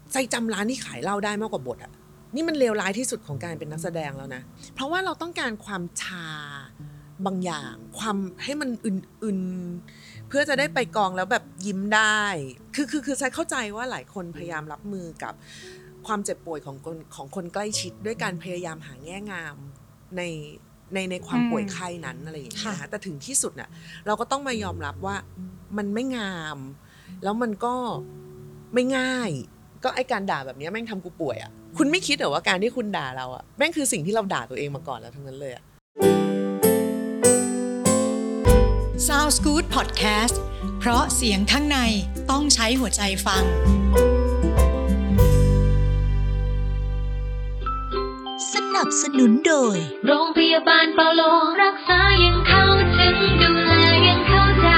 ใจจำร้านที่ขายเหล้าได้มากกว่าบทอะนี่มันเลวร้ายที่สุดของการเป็นนักแสดงแล้วนะเพราะว่าเราต้องการความชาบางอย่างความให้มันอื่นๆเพื่อจะได้ไปกองแล้วแบบยิ้มได้คือใช้เข้าใจว่าหลายคนพยายามรับมือกับความเจ็บป่วยของคนใกล้ชิดด้วยการพยายามหาแง่งามในความป่วยไข้นั้นอะไรอย่างเงี้ยแต่ถึงที่สุดน่ะเราก็ต้องมายอมรับว่ามันไม่งามแล้วมันก็ไม่ง่ายก็ไอการด่าแบบนี้แม่งทำกูป่วยอ่ะคุณไม่คิดเหรอว่าการที่คุณด่าเราอ่ะแม่งคือสิ่งที่เราด่าตัวเองมาก่อนแล้วทั้งนั้นเลยอ่ะ Sounds Good Podcast เพราะเสียงข้างในต้องใช้หัวใจฟังสนับสนุนโดยโรงพยาบาลเปาโลรักษายังเข้าถึงดูแลยังเข้าใจ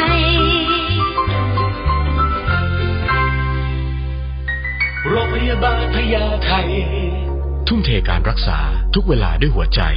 โรงพยาบาลพญาไททุ่มเทการรักษาทุกเวลาด้วยหัวใจ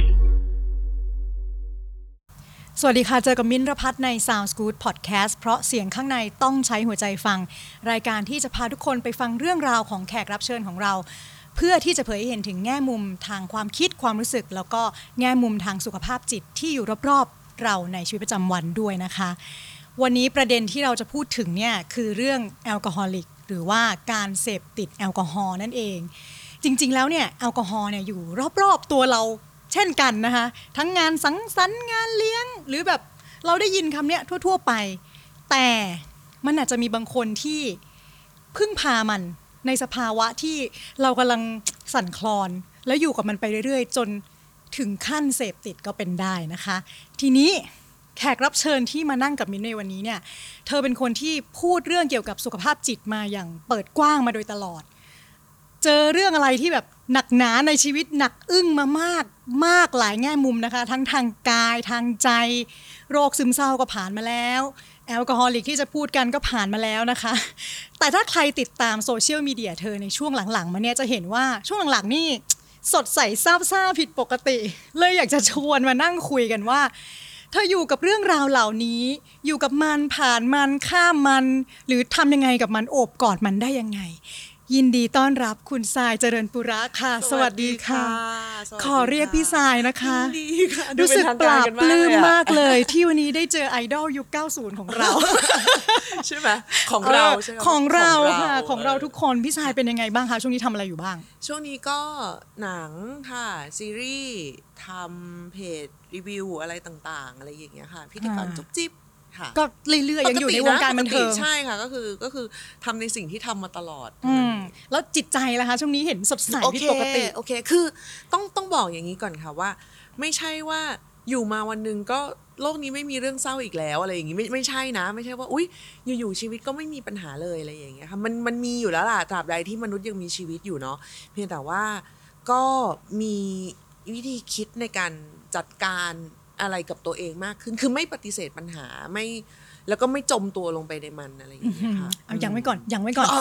สวัสดีค่ะเจอกับมิ้นท์ รพัฒน์ใน Sounds Good Podcast เพราะเสียงข้างในต้องใช้หัวใจฟังรายการที่จะพาทุกคนไปฟังเรื่องราวของแขกรับเชิญของเราเพื่อที่จะเผยให้เห็นถึงแง่มุมทางความคิดความรู้สึกแล้วก็แง่มุมทางสุขภาพจิตที่อยู่รอบๆเราในชีวิตประจำวันด้วยนะคะวันนี้ประเด็นที่เราจะพูดถึงเนี่ยคือเรื่องแอลกอฮอลิกหรือว่าการเสพติดแอลกอฮอล์นั่นเองจริงๆแล้วเนี่ยแอลกอฮอล์เนี่ยอยู่รอบๆตัวเราเช่นกันนะคะทั้งงานสังสรรค์งานเลี้ยงหรือแบบเราได้ยินคำเนี้ยทั่วๆไปแต่มันอาจจะมีบางคนที่พึ่งพามันในสภาวะที่เรากำลังสั่นคลอนแล้วอยู่กับมันไปเรื่อยๆจนถึงขั้นเสพติดก็เป็นได้นะคะทีนี้แขกรับเชิญที่มานั่งกับมิ้นในวันนี้เนี่ยเธอเป็นคนที่พูดเรื่องเกี่ยวกับสุขภาพจิตมาอย่างเปิดกว้างมาโดยตลอดเจอเรื่องอะไรที่แบบหนักหนาในชีวิตหนักอึ้งมามากหลายแง่มุมนะคะทั้งทางกายทางใจโรคซึมเศร้าก็ผ่านมาแล้วแอลกอฮอลิกที่จะพูดกันก็ผ่านมาแล้วนะคะแต่ถ้าใครติดตามโซเชียลมีเดียเธอในช่วงหลังๆมาเนี่ยจะเห็นว่าช่วงหลังๆนี่สดใสซาบซ่าผิดปกติเลยอยากจะชวนมานั่งคุยกันว่าเธออยู่กับเรื่องราวเหล่านี้อยู่กับมันผ่านมันข้ามมันหรือทำยังไงกับมันโอบกอดมันได้ยังไงยินดีต้อนรับคุณทรายเจริญปุระค่ะสวัสดีค่ะขอเรียกพี่ทรายนะคะรู้สึกปลาบปลื้มมากเลยที่วันนี้ได้เจอไอดอลยุค 90 ของเราใช่ไหมของเราใช่ไหมของเราค่ะของเราทุกคนพี่ทรายเป็นยังไงบ้างคะช่วงนี้ทำอะไรอยู่บ้างช่วงนี้ก็หนังค่ะซีรีส์ทำเพจรีวิวอะไรต่างๆอะไรอย่างเงี้ยค่ะพิธีกรจุ๊บจิ๊บก็เรื่อยๆยังอยู่ในวงการบันเทิงใช่ค่ะก็คือทำในสิ่งที่ทำมาตลอดแล้วจิตใจล่ะคะช่วงนี้เห็นสดใสผิดปกติโอเคคือต้องบอกอย่างนี้ก่อนค่ะว่าไม่ใช่ว่าอยู่มาวันนึงก็โลกนี้ไม่มีเรื่องเศร้าอีกแล้วอะไรอย่างงี้ไม่ใช่นะไม่ใช่ว่าอุ๊ยอยู่ๆชีวิตก็ไม่มีปัญหาเลยอะไรอย่างเงี้ยค่ะมันมีอยู่แล้วล่ะตราบใดที่มนุษย์ยังมีชีวิตอยู่เนาะเพียงแต่ว่าก็มีวิธีคิดในการจัดการอะไรกับตัวเองมากขึ้นคือไม่ปฏิเสธปัญหาไม่แล้วก็ไม่จมตัวลงไปในมันอะไรอย่างเงี้ยค่ะเอายังไว้ก่อนยังไม่ก่อน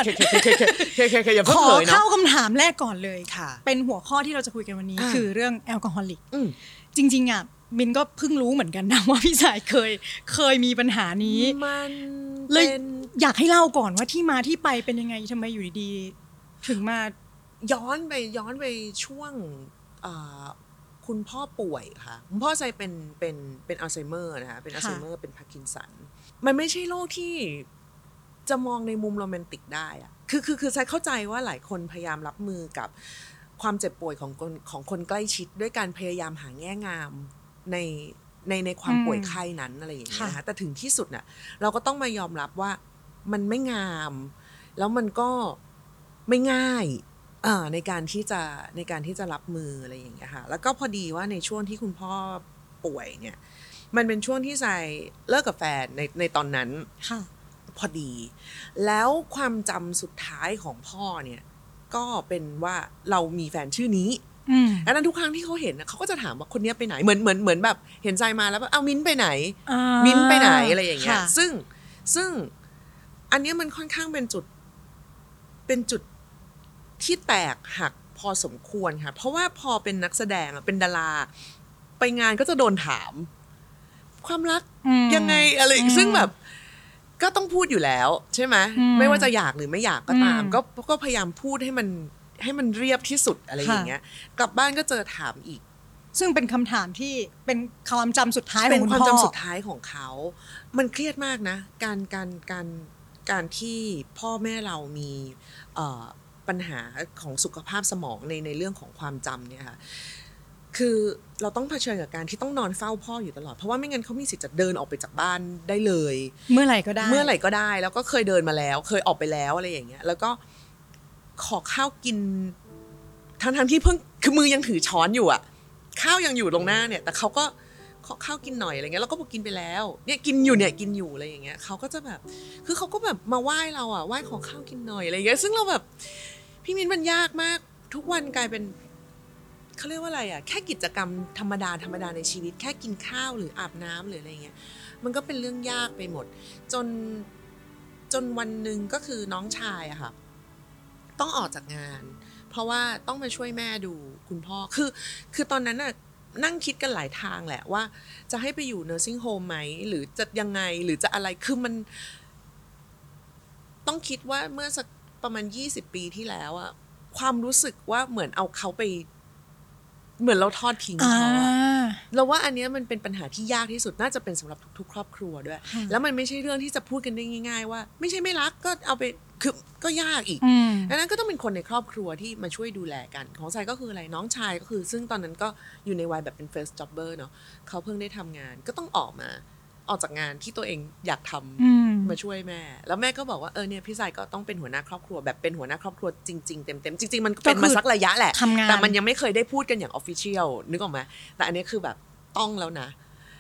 ขอเข้าคำถามแรกก่อนเลยค่ะเป็นหัวข้อที่เราจะคุยกันวันนี้คือเรื่องแอลกอฮอลิกจริงๆอ่ะมินก็เพิ่งรู้เหมือนกันนะว่าพี่สายเคยมีปัญหานี้มันเลยอยากให้เล่าก่อนว่าที่มาที่ไปเป็นยังไงทำไมอยู่ดีๆถึงมาย้อนไปช่วงคุณพ่อป่วยค่ะคุณพ่อใจเป็นอัลไซเมอร์นะคะเป็นอัลไซเมอร์เป็นพาร์กินสันมันไม่ใช่โรคที่จะมองในมุมโรแมนติกได้อะคือใจเข้าใจว่าหลายคนพยายามรับมือกับความเจ็บป่วยของคนใกล้ชิดด้วยการพยายามหาแง่งามในความป่วยไข้นั้นอะไรอย่างเงี้ยนะคะแต่ถึงที่สุดน่ะเราก็ต้องมายอมรับว่ามันไม่งามแล้วมันก็ไม่ง่ายในการที่จะรับมืออะไรอย่างเงี้ยค่ะแล้วก็พอดีว่าในช่วงที่คุณพ่อป่วยเนี่ยมันเป็นช่วงที่ใจเลิกกับแฟนในตอนนั้นพอดีแล้วความจำสุดท้ายของพ่อเนี่ยก็เป็นว่าเรามีแฟนชื่อนี้แล้วนั้นทุกครั้งที่เขาเห็นเขาก็จะถามว่าคนนี้ไปไหนเหมือนแบบเห็นใจมาแล้วเอามิ้นไปไหนมิ้นไปไหนอะไรอย่างเงี้ยซึ่งอันนี้มันค่อนข้างเป็นจุดที่แตกหักพอสมควรค่ะเพราะว่าพอเป็นนักแสดงเป็นดาราไปงานก็จะโดนถามความรักยังไงอะไรซึ่งแบบก็ต้องพูดอยู่แล้วใช่ไหมไม่ว่าจะอยากหรือไม่อยากก็ตามก็พยายามพูดให้มันเรียบที่สุดอะไรอย่างเงี้ยกลับบ้านก็เจอถามอีกซึ่งเป็นคำถามที่เป็นความจำสุดท้ายขเป็องนคุณความพ่อจำสุดท้ายของเขามันเครียดมากนะการที่พ่อแม่เรามีปัญหาของสุขภาพสมองในเรื่องของความจำเนี่ยค่ะคือเราต้องเผชิญกับการที่ต้องนอนเฝ้าพ่ออยู่ตลอดเพราะว่าไม่งั้นเขามีสิทธิ์จะเดินออกไปจากบ้านได้เลยเมื่อไหร่ก็ได้แล้วก็เคยเดินมาแล้วเคยออกไปแล้วอะไรอย่างเงี้ยแล้วก็ขอข้าวกินทั้งที่เพิ่งคือมือยังถือช้อนอยู่อะข้าวยังอยู่ตรงหน้าเนี่ยแต่เขาก็ขอข้าวกินหน่อยอะไรเงี้ยเราก็บอกกินไปแล้วเนี่ยกินอยู่อะไรอย่างเงี้ยเขาก็จะแบบคือเขาก็แบบมาไหว้เราอะไหว้ขอข้าวกินหน่อยอะไรเงี้ยซึ่งเราแบบพี่มิ้นมันยากมากทุกวันกลายเป็นเขาเรียกว่าอะไรอะแค่กิจกรรมธรรมดาในชีวิตแค่กินข้าวหรืออาบน้ำหรืออะไรเงี้ยมันก็เป็นเรื่องยากไปหมดจนวันหนึ่งก็คือน้องชายอะค่ะต้องออกจากงานเพราะว่าต้องมาช่วยแม่ดูคุณพ่อคือตอนนั้นน่ะนั่งคิดกันหลายทางแหละว่าจะให้ไปอยู่ nursing home ไหมหรือจะยังไงหรือจะอะไรคือมันต้องคิดว่าเมื่อสักประมาณ20ปีที่แล้วอะความรู้สึกว่าเหมือนเอาเขาไปเหมือนเราทอดทิ้งเขาอะเราว่าอันนี้มันเป็นปัญหาที่ยากที่สุดน่าจะเป็นสำหรับทุกๆครอบครัวด้วยแล้วมันไม่ใช่เรื่องที่จะพูดกันได้ง่ายๆว่าไม่ใช่ไม่รักก็เอาไปคือก็ยากอีกดังนั้นก็ต้องเป็นคนในครอบครัวที่มาช่วยดูแลกันของทรายก็คืออะไรน้องชายก็คือซึ่งตอนนั้นก็อยู่ในวัยแบบเป็น first jobber เนาะเขาเพิ่งได้ทำงานก็ต้องออกจากงานที่ตัวเองอยากทำมาช่วยแม่แล้วแม่ก็บอกว่าเนี่ยพี่ทรายก็ต้องเป็นหัวหน้าครอบครัวแบบเป็นหัวหน้าครอบครัวจริงๆเต็มๆจริงๆมันเป็นมาสักระยะแหละแต่มันยังไม่เคยได้พูดกันอย่าง official นึกออกไหมแต่อันนี้คือแบบต้องแล้วนะ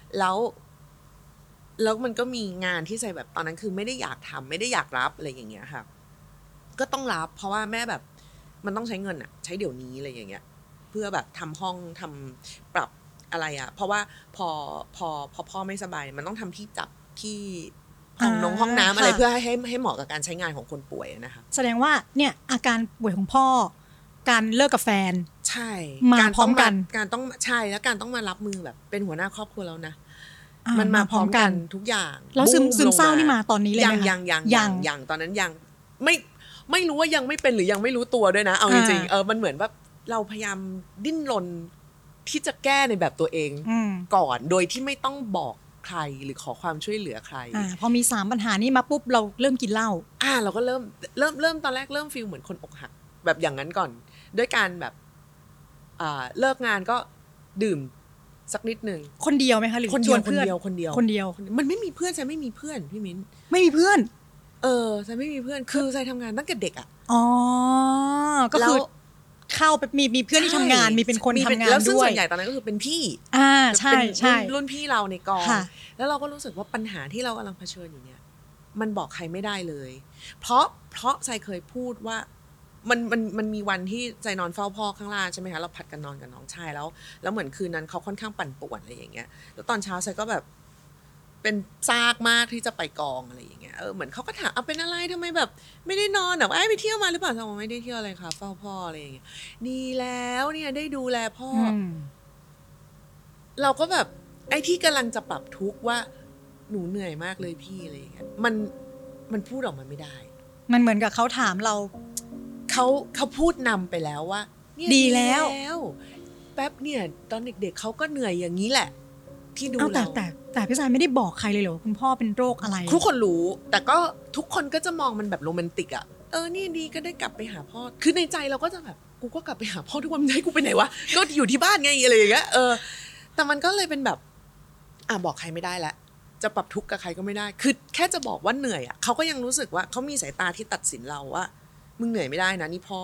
แล้วมันก็มีงานที่ใส่แบบตอนนั้นคือไม่ได้อยากทำไม่ได้อยากรับอะไรอย่างเงี้ยค่ะก็ต้องรับเพราะว่าแม่แบบมันต้องใช้เงินอะใช้เดี๋ยวนี้อะไรอย่างเงี้ยเพื่อแบบทำห้องทำปรับอะไรอะเพราะว่าพอพ่อไม่สบายมันต้องทำที่จับที่ห้องน้ำอะไรเพื่อให้เหมาะกับการใช้งานของคนป่วยนะคะแสดงว่าเนี่ยอาการป่วยของพ่อการเลิกกับแฟนใช่มาพร้อมกันการต้องใช่แล้วการต้องมารับมือแบบเป็นหัวหน้าครอบครัวแล้วนะมันมาพร้อมกันทุกอย่างแล้วซึมเศร้านี่มาตอนนี้เลยไหมคะยังตอนนั้นยังไม่รู้ว่ายังไม่เป็นหรือยังไม่รู้ตัวด้วยนะเอาจริงๆมันเหมือนว่าเราพยายามดิ้นรนที่จะแก้ในแบบตัวเองก่อนโดยที่ไม่ต้องบอกใครหรือขอความช่วยเหลือใครพอมี3ปัญหานี้มาปุ๊บเราเริ่มกินเหล้าเราก็เริ่มตอนแรกเริ่มฟีลเหมือนคนอกหักแบบอย่างนั้นก่อนด้วยการแบบเลิกงานก็ดื่มสักนิดนึงคนเดียวไหมคะหรือชวนเพื่อนคนเดียวมันไม่มีเพื่อนใช่ไม่มีเพื่อนพี่มิ้นไม่มีเพื่อนใช่ไม่มีเพื่อนคือใช่ทำงานตั้งแต่เด็กก็คือเข้าไปมีเพื่อนที่ทำงานมีเป็นคนทำงานด้วยแล้วซึ่งส่วนใหญ่ตอนนั้นก็คือเป็นพี่ใช่ใช่รุ่นพี่เราในกองแล้วเราก็รู้สึกว่าปัญหาที่เรากำลังเผชิญอยู่เนี่ยมันบอกใครไม่ได้เลยเพราะใจเคยพูดว่ามันมีวันที่ใจนอนเฝ้าพ่อข้างล่างใช่ไหมคะเราผัดกันนอนกับน้องชายแล้วเหมือนคืนนั้นเขาค่อนข้างปั่นป่วนอะไรอย่างเงี้ยแล้วตอนเช้าใจก็แบบเป็นซากมากที่จะไปกองอะไรอย่างเงี้ยเหมือนเขาก็ถามเป็นอะไรทำไมแบบไม่ได้นอนไปเที่ยวมาหรือเปล่าเราไม่ได้เที่ยวอะไรค่ะเฝ้าพ่ออะไรอย่างเงี้ยดีแล้วเนี่ยได้ดูแลพ่อเราก็แบบไอ้ที่กำลังจะปรับทุกข์ว่าหนูเหนื่อยมากเลยพี่อะไรอย่างเงี้ยมันพูดออกมาไม่ได้มันเหมือนกับเขาถามเราเขาพูดนำไปแล้วว่าดีแล้วแป๊บเนี่ยตอนเด็กๆเขาก็เหนื่อยอย่างนี้แหละที่ดูเราแต่พี่สายไม่ได้บอกใครเลยเหรอคุณพ่อเป็นโรคอะไรทุกคนรู้แต่ก็ทุกคนก็จะมองมันแบบโรแมนติกนี่ดีก็ได้กลับไปหาพ่อคือในใจเราก็จะแบบกูก็กลับไปหาพ่อทุกวันไม่ให้กูไปไหนวะก็อยู่ที่บ้านไงอะไรอย่างเงี้ยแต่มันก็เลยเป็นแบบบอกใครไม่ได้ละจะปรับทุกข์กับใครก็ไม่ได้คือแค่จะบอกว่าเหนื่อยเขาก็ยังรู้สึกว่าเขามีสายตาที่ตัดสินเราว่ามึงเหนื่อยไม่ได้นะนี่พ่อ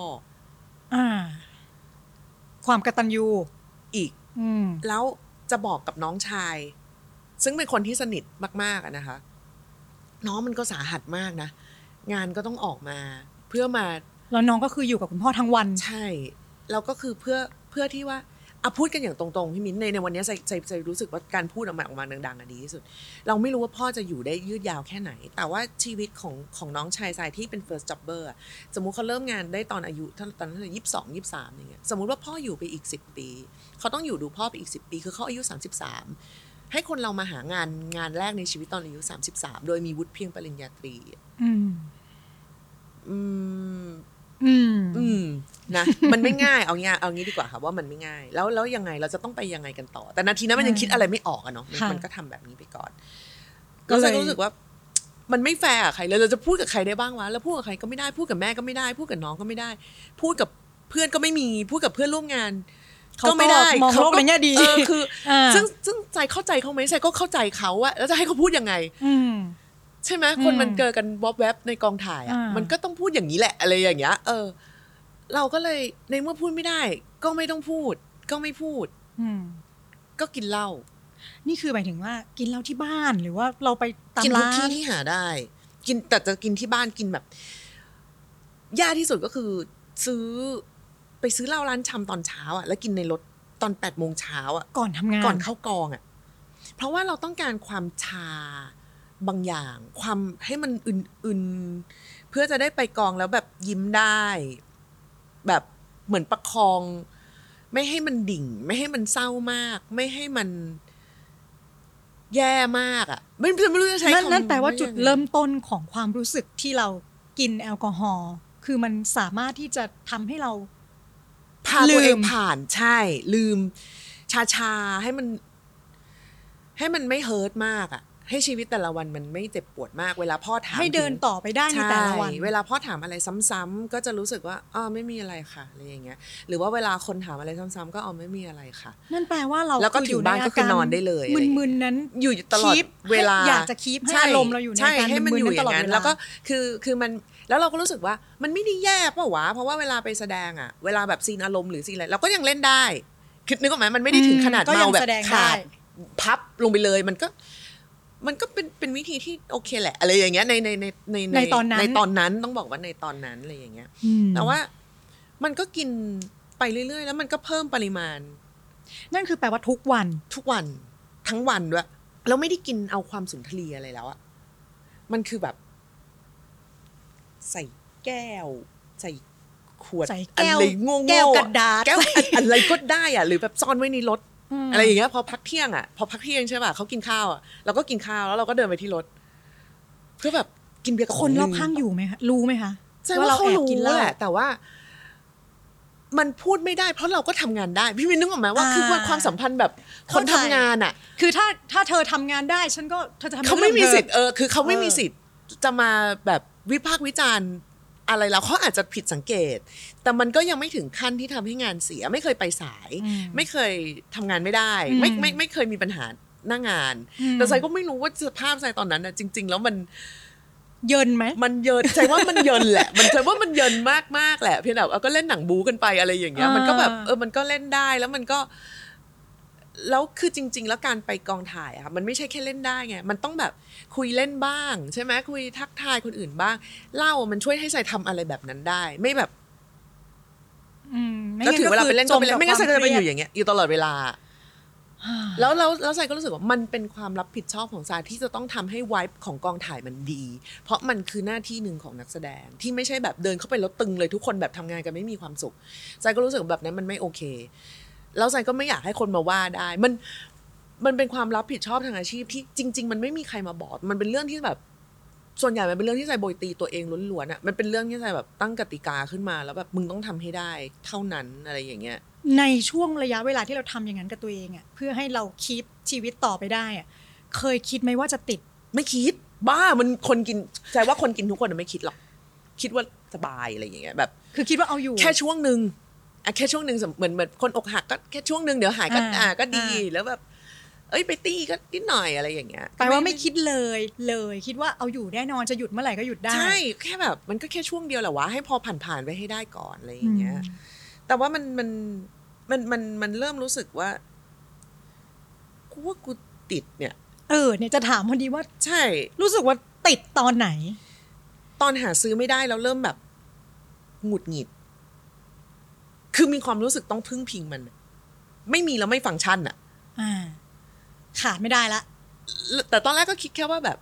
ความกตัญญูอีกแล้วจะบอกกับน้องชายซึ่งเป็นคนที่สนิทมากๆนะคะน้องมันก็สาหัสมากนะงานก็ต้องออกมาเพื่อมาแล้วน้องก็คืออยู่กับคุณพ่อทั้งวันใช่แล้วก็คือเพื่อที่ว่าพูดกันอย่างตรงๆพี่มิ้นในวันนี้ใจรู้สึกว่าการพูดออกมาดังๆดีที่สุดเราไม่รู้ว่าพ่อจะอยู่ได้ยืดยาวแค่ไหนแต่ว่าชีวิตของน้องชายทรายที่เป็น first jobber สมมุติเขาเริ่มงานได้ตอนอายุตอนนั้น22-23อย่างเงี้ยสมมุติว่าพ่ออยู่ไปอีก10ปีเขาต้องอยู่ดูพ่อไปอีก10ปีคือเขาอายุ33 ให้คนเรามาหางานแรกในชีวิตตอนอายุ33โดยมีวุฒิเพียงปริญญาตรีนะมันไม่ง่ายเอางี้ดีกว่าค่ะว่ามันไม่ง่ายแล้วยังไงเราจะต้องไปยังไงกันต่อแต่นาทีนั้นมันยังคิดอะไรไม่ออกอะเนาะมันก็ทำแบบนี้ไปก่อนก็เลยรู้สึกว่ามันไม่แฟร์กับใครเลยเราจะพูดกับใครได้บ้างวะแล้วพูดกับใครก็ไม่ได้พูดกับแม่ก็ไม่ได้พูดกับน้องก็ไม่ได้พูดกับเพื่อนก็ไม่มีพูดกับเพื่อนร่วมงานก็ไม่ได้มองโลกในแง่ดีคือซึ่งใจเข้าใจเขาไหมใจก็เข้าใจเขาอะแล้วจะให้เขาพูดยังไงใช่ไหมคนมันเกิดกันวอบแวบในกองถ่ายอะมันก็ต้องพูดอย่างนี้แหละอะไรอย่างเงี้ยเราก็เลยในเมื่อพูดไม่ได้ก็ไม่ต้องพูดก็ไม่พูดก็กินเหล้านี่คือหมายถึงว่ากินเหล้าที่บ้านหรือว่าเราไปตามร้านกินทุกที่ที่หาได้กินแต่จะกินที่บ้านกินแบบยากที่สุดก็คือไปซื้อเหล้าร้านชำตอนเช้าอ่ะแล้วกินในรถตอน8 โมงเช้าอ่ะก่อนทำงานก่อนเข้ากองอ่ะเพราะว่าเราต้องการความชาบางอย่างความให้มันอื่นๆเพื่อจะได้ไปกองแล้วแบบยิ้มได้แบบเหมือนประคองไม่ให้มันดิ่งไม่ให้มันเศร้ามากไม่ให้มันแย่มากอ่ะไม่รู้จะใช้คำนั่นแปลว่าจุดเริ่มต้นของความรู้สึกที่เรากินแอลกอฮอล์คือมันสามารถที่จะทำให้เราพาตัวเองผ่านใช่ลืมชาให้มันไม่เฮิร์ตมากอ่ะให้ชีวิตแต่ละวันมันไม่เจ็บปวดมากเวลาพ่อถามให้เดินต่อไปได้ในแต่ละวันเวลาพ่อถามอะไรซ้ำๆก็จะรู้สึกว่าไม่มีอะไรค่ะอะไรอย่างเงี้ยหรือว่าเวลาคนถามอะไรซ้ำๆก็ไม่มีอะไรค่ะนั่นแปลว่าเราแล้วก็ถึงบ้านก็คือนอนได้เลยมึนๆนั้นอยู่ตลอดเวลาอยากจะคีปให้อารมณ์เราอยู่ในการให้มันอยู่อย่างนั้นแล้วก็คือมันแล้วเราก็รู้สึกว่ามันไม่ได้แย่ป่ะวะเพราะว่าเวลาไปแสดงอ่ะเวลาแบบซีนอารมณ์หรือซีนอะไรเราก็ยังเล่นได้คิดนึกออกไหมมันไม่ได้ถึงขนาดเมาแบบขาดพับลงไปเลยมันก็เป็นวิธีที่โอเคแหละอะไรอย่างเงี้ยในตอนนั้นต้องบอกว่าในตอนนั้นอะไรอย่างเงี้ยแต่ว่ามันก็กินไปเรื่อยๆแล้วมันก็เพิ่มปริมาณนั่นคือแปลว่าทุกวันทั้งวันด้วยแล้วไม่ได้กินเอาความสุนทรีอะไรแล้วอะมันคือแบบใส่แก้วใส่ขวดอะไรโง่ๆแก้วกระดาษแก้วอะไรก็ได้อะหรือแบบซ่อนไว้ในรถอะไรอย่างเงี้ยพอพักเที่ยงใช่ป่ะเขากินข้าวอ่ะเราก็กินข้าวแล้วเราก็เดินไปที่รถเพื่อแบบกินเบียร์กับคนรอบข้างอยู่ไหมคะรู้ไหมคะว่าเราแอบกินแหละแต่ว่ามันพูดไม่ได้เพราะเราก็ทำงานได้พี่มินนึกออกไหมว่าคือความสัมพันธ์แบบคนทำงานอ่ะคือถ้าเธอทำงานได้ฉันก็เธอจะทำเขาไม่มีสิทธิ์คือเขาไม่มีสิทธิ์จะมาแบบวิพากษ์วิจารณ์อะไรแล้วเขาอาจจะผิดสังเกตแต่มันก็ยังไม่ถึงขั้นที่ทำให้งานเสียไม่เคยไปสายไม่เคยทำงานไม่ได้ไม่เคยมีปัญหาหน้างานแต่ใจก็ไม่รู้ว่าสภาพใจตอนนั้นนะจริงๆแล้วมันเยินไหมมันเยินใจว่ามันเยินแหละมันใจว่ามันเยินมากๆแหละเพียงแต่ก็เล่นหนังบู๊กันไปอะไรอย่างเงี้ยมันก็แบบมันก็เล่นได้แล้วมันก็แล้วคือจริงๆแล้วการไปกองถ่ายอะมันไม่ใช่แค่เล่นได้ไงมันต้องแบบคุยเล่นบ้างใช่ไหมคุยทักทายคนอื่นบ้างเล่ามันช่วยให้ใจทำอะไรแบบนั้นได้ไม่แบบแล้วถือเวลาไปเล่นก็ไปเล่นไม่งั้นใจจะไปอยู่อย่างเงี้ยอยู่ตลอดเวลาแล้วใจก็รู้สึกว่ามันเป็นความรับผิดชอบของใจที่จะต้องทำให้ไวบ์ของกองถ่ายมันดีเพราะมันคือหน้าที่หนึ่งของนักแสดงที่ไม่ใช่แบบเดินเข้าไปแล้วตึงเลยทุกคนแบบทำงานกันไม่มีความสุขใจก็รู้สึกแบบนั้นมันไม่โอเคแล้วใจก็ไม่อยากให้คนมาว่าได้มันเป็นความรับผิดชอบทางอาชีพที่จริงๆมันไม่มีใครมาบอกมันเป็นเรื่องที่แบบส่วนใหญ่มันเป็นเรื่องที่ใจโบยตีตัวเองล้วนๆอ่ะมันเป็นเรื่องที่ใจแบบตั้งกติกาขึ้นมาแล้วแบบมึงต้องทำให้ได้เท่านั้นอะไรอย่างเงี้ยในช่วงระยะเวลาที่เราทำอย่างนั้นกับตัวเองอ่ะเพื่อให้เราคีปชีวิตต่อไปได้อ่ะเคยคิดไหมว่าจะติดไม่คิดบ้ามันคนกินใจว่าคนกินทุกคนไม่คิดหรอกคิดว่าสบายอะไรอย่างเงี้ยแบบคือคิดว่าเอาอยู่แค่ช่วงนึงแค่ช่วงนึงเหมือนคนอกหักก็แค่ช่วงนึงเดี๋ยวหายก็ดีแล้วแบบไปตี้ก็นิดหน่อยอะไรอย่างเงี้ยแปลว่าไม่คิดเลยคิดว่าเอาอยู่แน่นอนจะหยุดเมื่อไหร่ก็หยุดได้ใช่แค่แบบมันก็แค่ช่วงเดียวแหละวะให้พอผ่านไปให้ได้ก่อนอะไรอย่างเงี้ยแต่ว่ามันเริ่มรู้สึกว่ากูติดเนี่ยเนี่ยจะถามพอดีว่าใช่รู้สึกว่าติดตอนไหนตอนหาซื้อไม่ได้แล้วเริ่มแบบหงุดหงิดคือมีความรู้สึกต้องพึ่งพิงมันไม่มีแล้วไม่ฟังก์ชันอ่ะขาดไม่ได้ละแต่ตอนแรกก็คิดแค่ว่าแบบ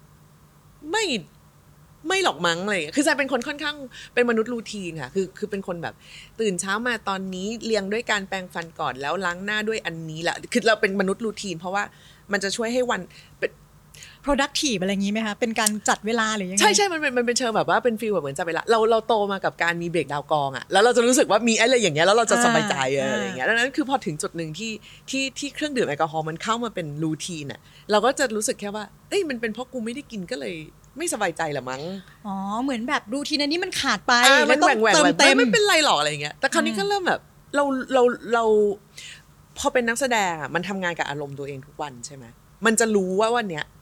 ไม่หรอกมั้งอะไรคือใจเป็นคนค่อนข้างเป็นมนุษย์รูทีนค่ะคือเป็นคนแบบตื่นเช้ามาตอนนี้เรียงด้วยการแปรงฟันก่อนแล้วล้างหน้าด้วยอันนี้แหละคือเราเป็นมนุษย์รูทีนเพราะว่ามันจะช่วยให้วัน productive อะไรอย่างงี้ไหมคะเป็นการจัดเวลาหรือยังไงใช่ๆมันเป็นเชิงแบบว่าเป็นฟีลแบบเหมือนจับเวลาเราโตมากับการมีเบรกดาวกองอะแล้วเราจะรู้สึกว่ามีอะไรอย่างเงี้ยแล้วเราจะสบายใจอะไรอย่างเงี้ยดังนั้นคือพอถึงจุดนึงที่เครื่องดื่มแอลกอฮอล์มันเข้ามาเป็นรูทีนอะเราก็จะรู้สึกแค่ว่าเอ้ยมันเป็นเพราะกูไม่ได้กินก็เลยไม่สบายใจละมั้งอ๋อเหมือนแบบรูทีนอันนี้มันขาดไปมันแหว่งเติมไม่เป็นไรหรอกอะไรอย่างเงี้ยแต่คราวนี้ก็เริ่มแบบเราพอเป็นนักแสดงอะมันทำงานกับอารมณ์ตัวเองทุกวันใช่ไหมมันจะรู้ว่าวันเนี้ย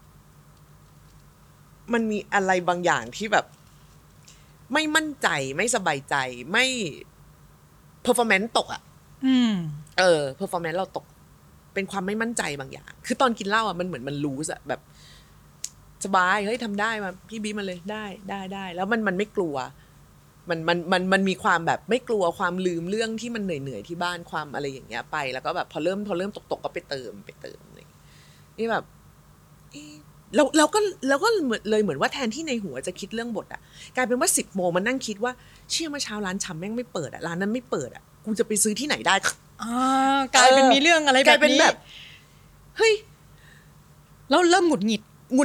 มันมีอะไรบางอย่างที่แบบไม่มั่นใจไม่สบายใจไม่ performance ตกอ่ะperformance เราตกเป็นความไม่มั่นใจบางอย่างคือตอนกินเหล้าอ่ะมันเหมือนมันรู้อะแบบสบายเฮ้ยทำได้มาพี่บีมาเลยได้แล้วมันไม่กลัวมันมีความแบบไม่กลัวความลืมเรื่องที่มันเหนื่อยที่บ้านความอะไรอย่างเงี้ยไปแล้วก็แบบพอเริ่มตกก็ไปเติมนี่แบบเราก็เลยเหมือนว่าแทนที่ในหัวจะคิดเรื่องบทอ่ะกลายเป็นว่า10 โมงมันนั่งคิดว่าเชี่ยเมื่อเช้าร้านชำแม่งไม่เปิดอ่ะร้านนั้นไม่เปิดอ่ะกูจะไปซื้อที่ไหนได้กลายเป็นมีเรื่องอะไรแบบนี้กลายเป็นแบบเฮ้ยแล้วเริ่มหงุดหงิด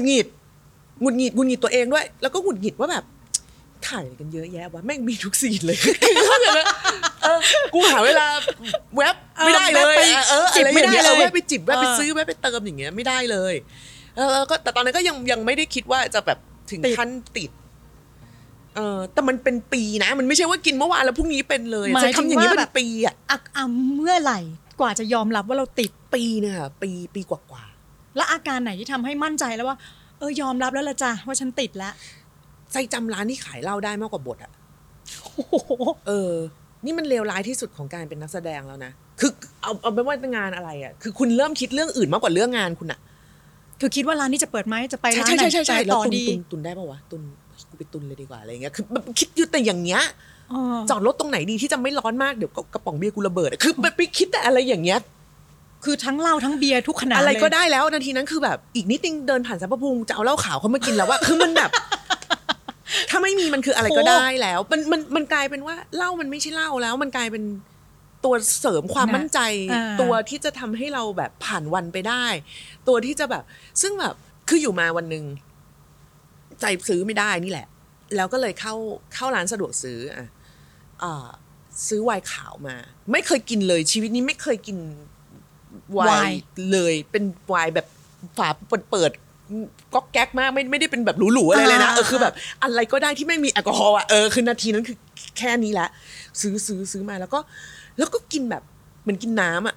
ตัวเองด้วยแล้วก็หงุดหงิดว่าแบบถ่ายอะไรกันเยอะแยะวะแม่งมีทุกซีนเลยกูหาเวลาแวบไม่ได้เลยจิบไม่ได้เลยแวบไปจิบแวบไปซื้อแวบไปเติมอย่างเงี้ยไม่ได้เลยก็แต่ตอนนั้นก็ยังไม่ได้คิดว่าจะแบบถึงขั้นติดแต่มันเป็นปีนะมันไม่ใช่ว่ากินเมื่อวานแล้วพรุ่งนี้เป็นเลยจะทำอย่างนี้เป็นปีอ่ะเมื่อไหร่กว่าจะยอมรับว่าเราติดปีเนี่ยค่ะปีกว่าแล้วอาการไหนที่ทำให้มั่นใจแล้วว่ายอมรับแล้วละจ้ะว่าฉันติดแล้วใจจำร้านที่ขายเหล้าได้มากกว่าบทอ่ะนี่มันเลวร้ายที่สุดของการเป็นนักแสดงแล้วนะคือเอาเป็นว่างานอะไรอ่ะคือคุณเริ่มคิดเรื่องอื่นมากกว่าเรื่องงานคุณอ่ะคือคิดว่าร้านนี้จะเปิดไหมจะไปร้านไหนใช่ต่อดีตุนได้ป่าววะตุนกูไปตุนเลยดีกว่าอะไรเงี้ยคือคิดอยู่แต่อย่างเงี้ยจอดรถตรงไหนดีที่จะไม่ร้อนมากเดี๋ยวกระป๋องเบียร์กูระเบิดคือไปคิดแต่อะไรอย่างเงี้ยคือทั้งเหล้าทั้งเบียร์ทุกขนาดอะไรก็ได้แล้วนาทีนั้นคือแบบอีกนิดนึงเดินผ่านสัมภภูมิจะเอาเหล้าขาวเขามากินแล้วว่าคือมันแบบถ้าไม่มีมันคืออะไรก็ได้แล้วมันกลายเป็นว่าเหล้ามันไม่ใช่เหล้าแล้วมันกลายเป็นตัวเสริมความมั่นใจตัวที่จะทำให้เราแบบผ่านวันไปได้ตัวที่จะแบบซึ่งแบบคืออยู่มาวันนึงใจซื้อไม่ได้นี่แหละแล้วก็เลยเข้าร้านสะดวกซื้อซื้อไวน์ขาวมาไม่เคยกินเลยชีวิตนี้ไม่เคยกินไวน์เลยเป็นไวน์แบบฝาเปิดก๊อกแก๊กมากไม่ได้เป็นแบบหรูๆอะไรเลยนะคือแบบอะไรก็ได้ที่ไม่มีแอลกอฮอล์คือนาทีนั้นคือแค่นี้แหละซื้อมาแล้วก็กินแบบเหมือนกินน้ำ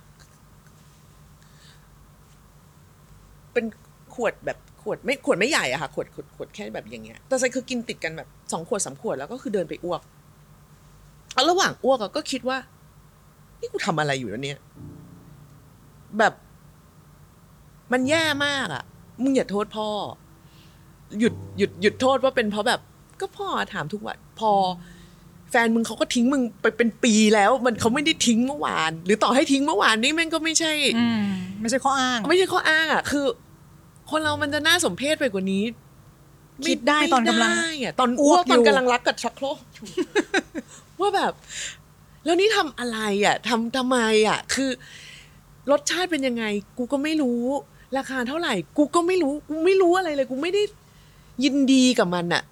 เป็นขวดแบบขวดไม่ใหญ่อะค่ะขวดแค่แบบอย่างเงี้ยแต่ใส่คือกินติดกันแบบ2 ขวด 3 ขวดแล้วก็คือเดินไปอ้วกระหว่างอ้วกก็คิดว่านี่กูทำอะไรอยู่แล้วเนี่ยแบบมันแย่มากอะมึงอย่าโทษพ่อหยุดโทษว่าเป็นเพราะแบบก็พ่อถามทุกวันพอแฟนมึงเขาก็ทิ้งมึงไปเป็นปีแล้วมันเขาไม่ได้ทิ้งเมื่อวานหรือต่อให้ทิ้งเมื่อวานนี่แม่งก็ไม่ใช่ข้ออ้างอ่ะคือคนเรามันจะน่าสมเพชไปกว่านี้คิดได้ตอนกำลังตอนอ้วกตอนกำลังรักกับชักโครกว่าแบบแล้วนี่ทำอะไรอ่ะทำไมอ่ะคือรสชาติเป็นยังไงกูก็ไม่รู้ราคาเท่าไหร่กูก็ไม่รู้อะไรเลยกูไม่ได้ยินดีกับมันอ่ะ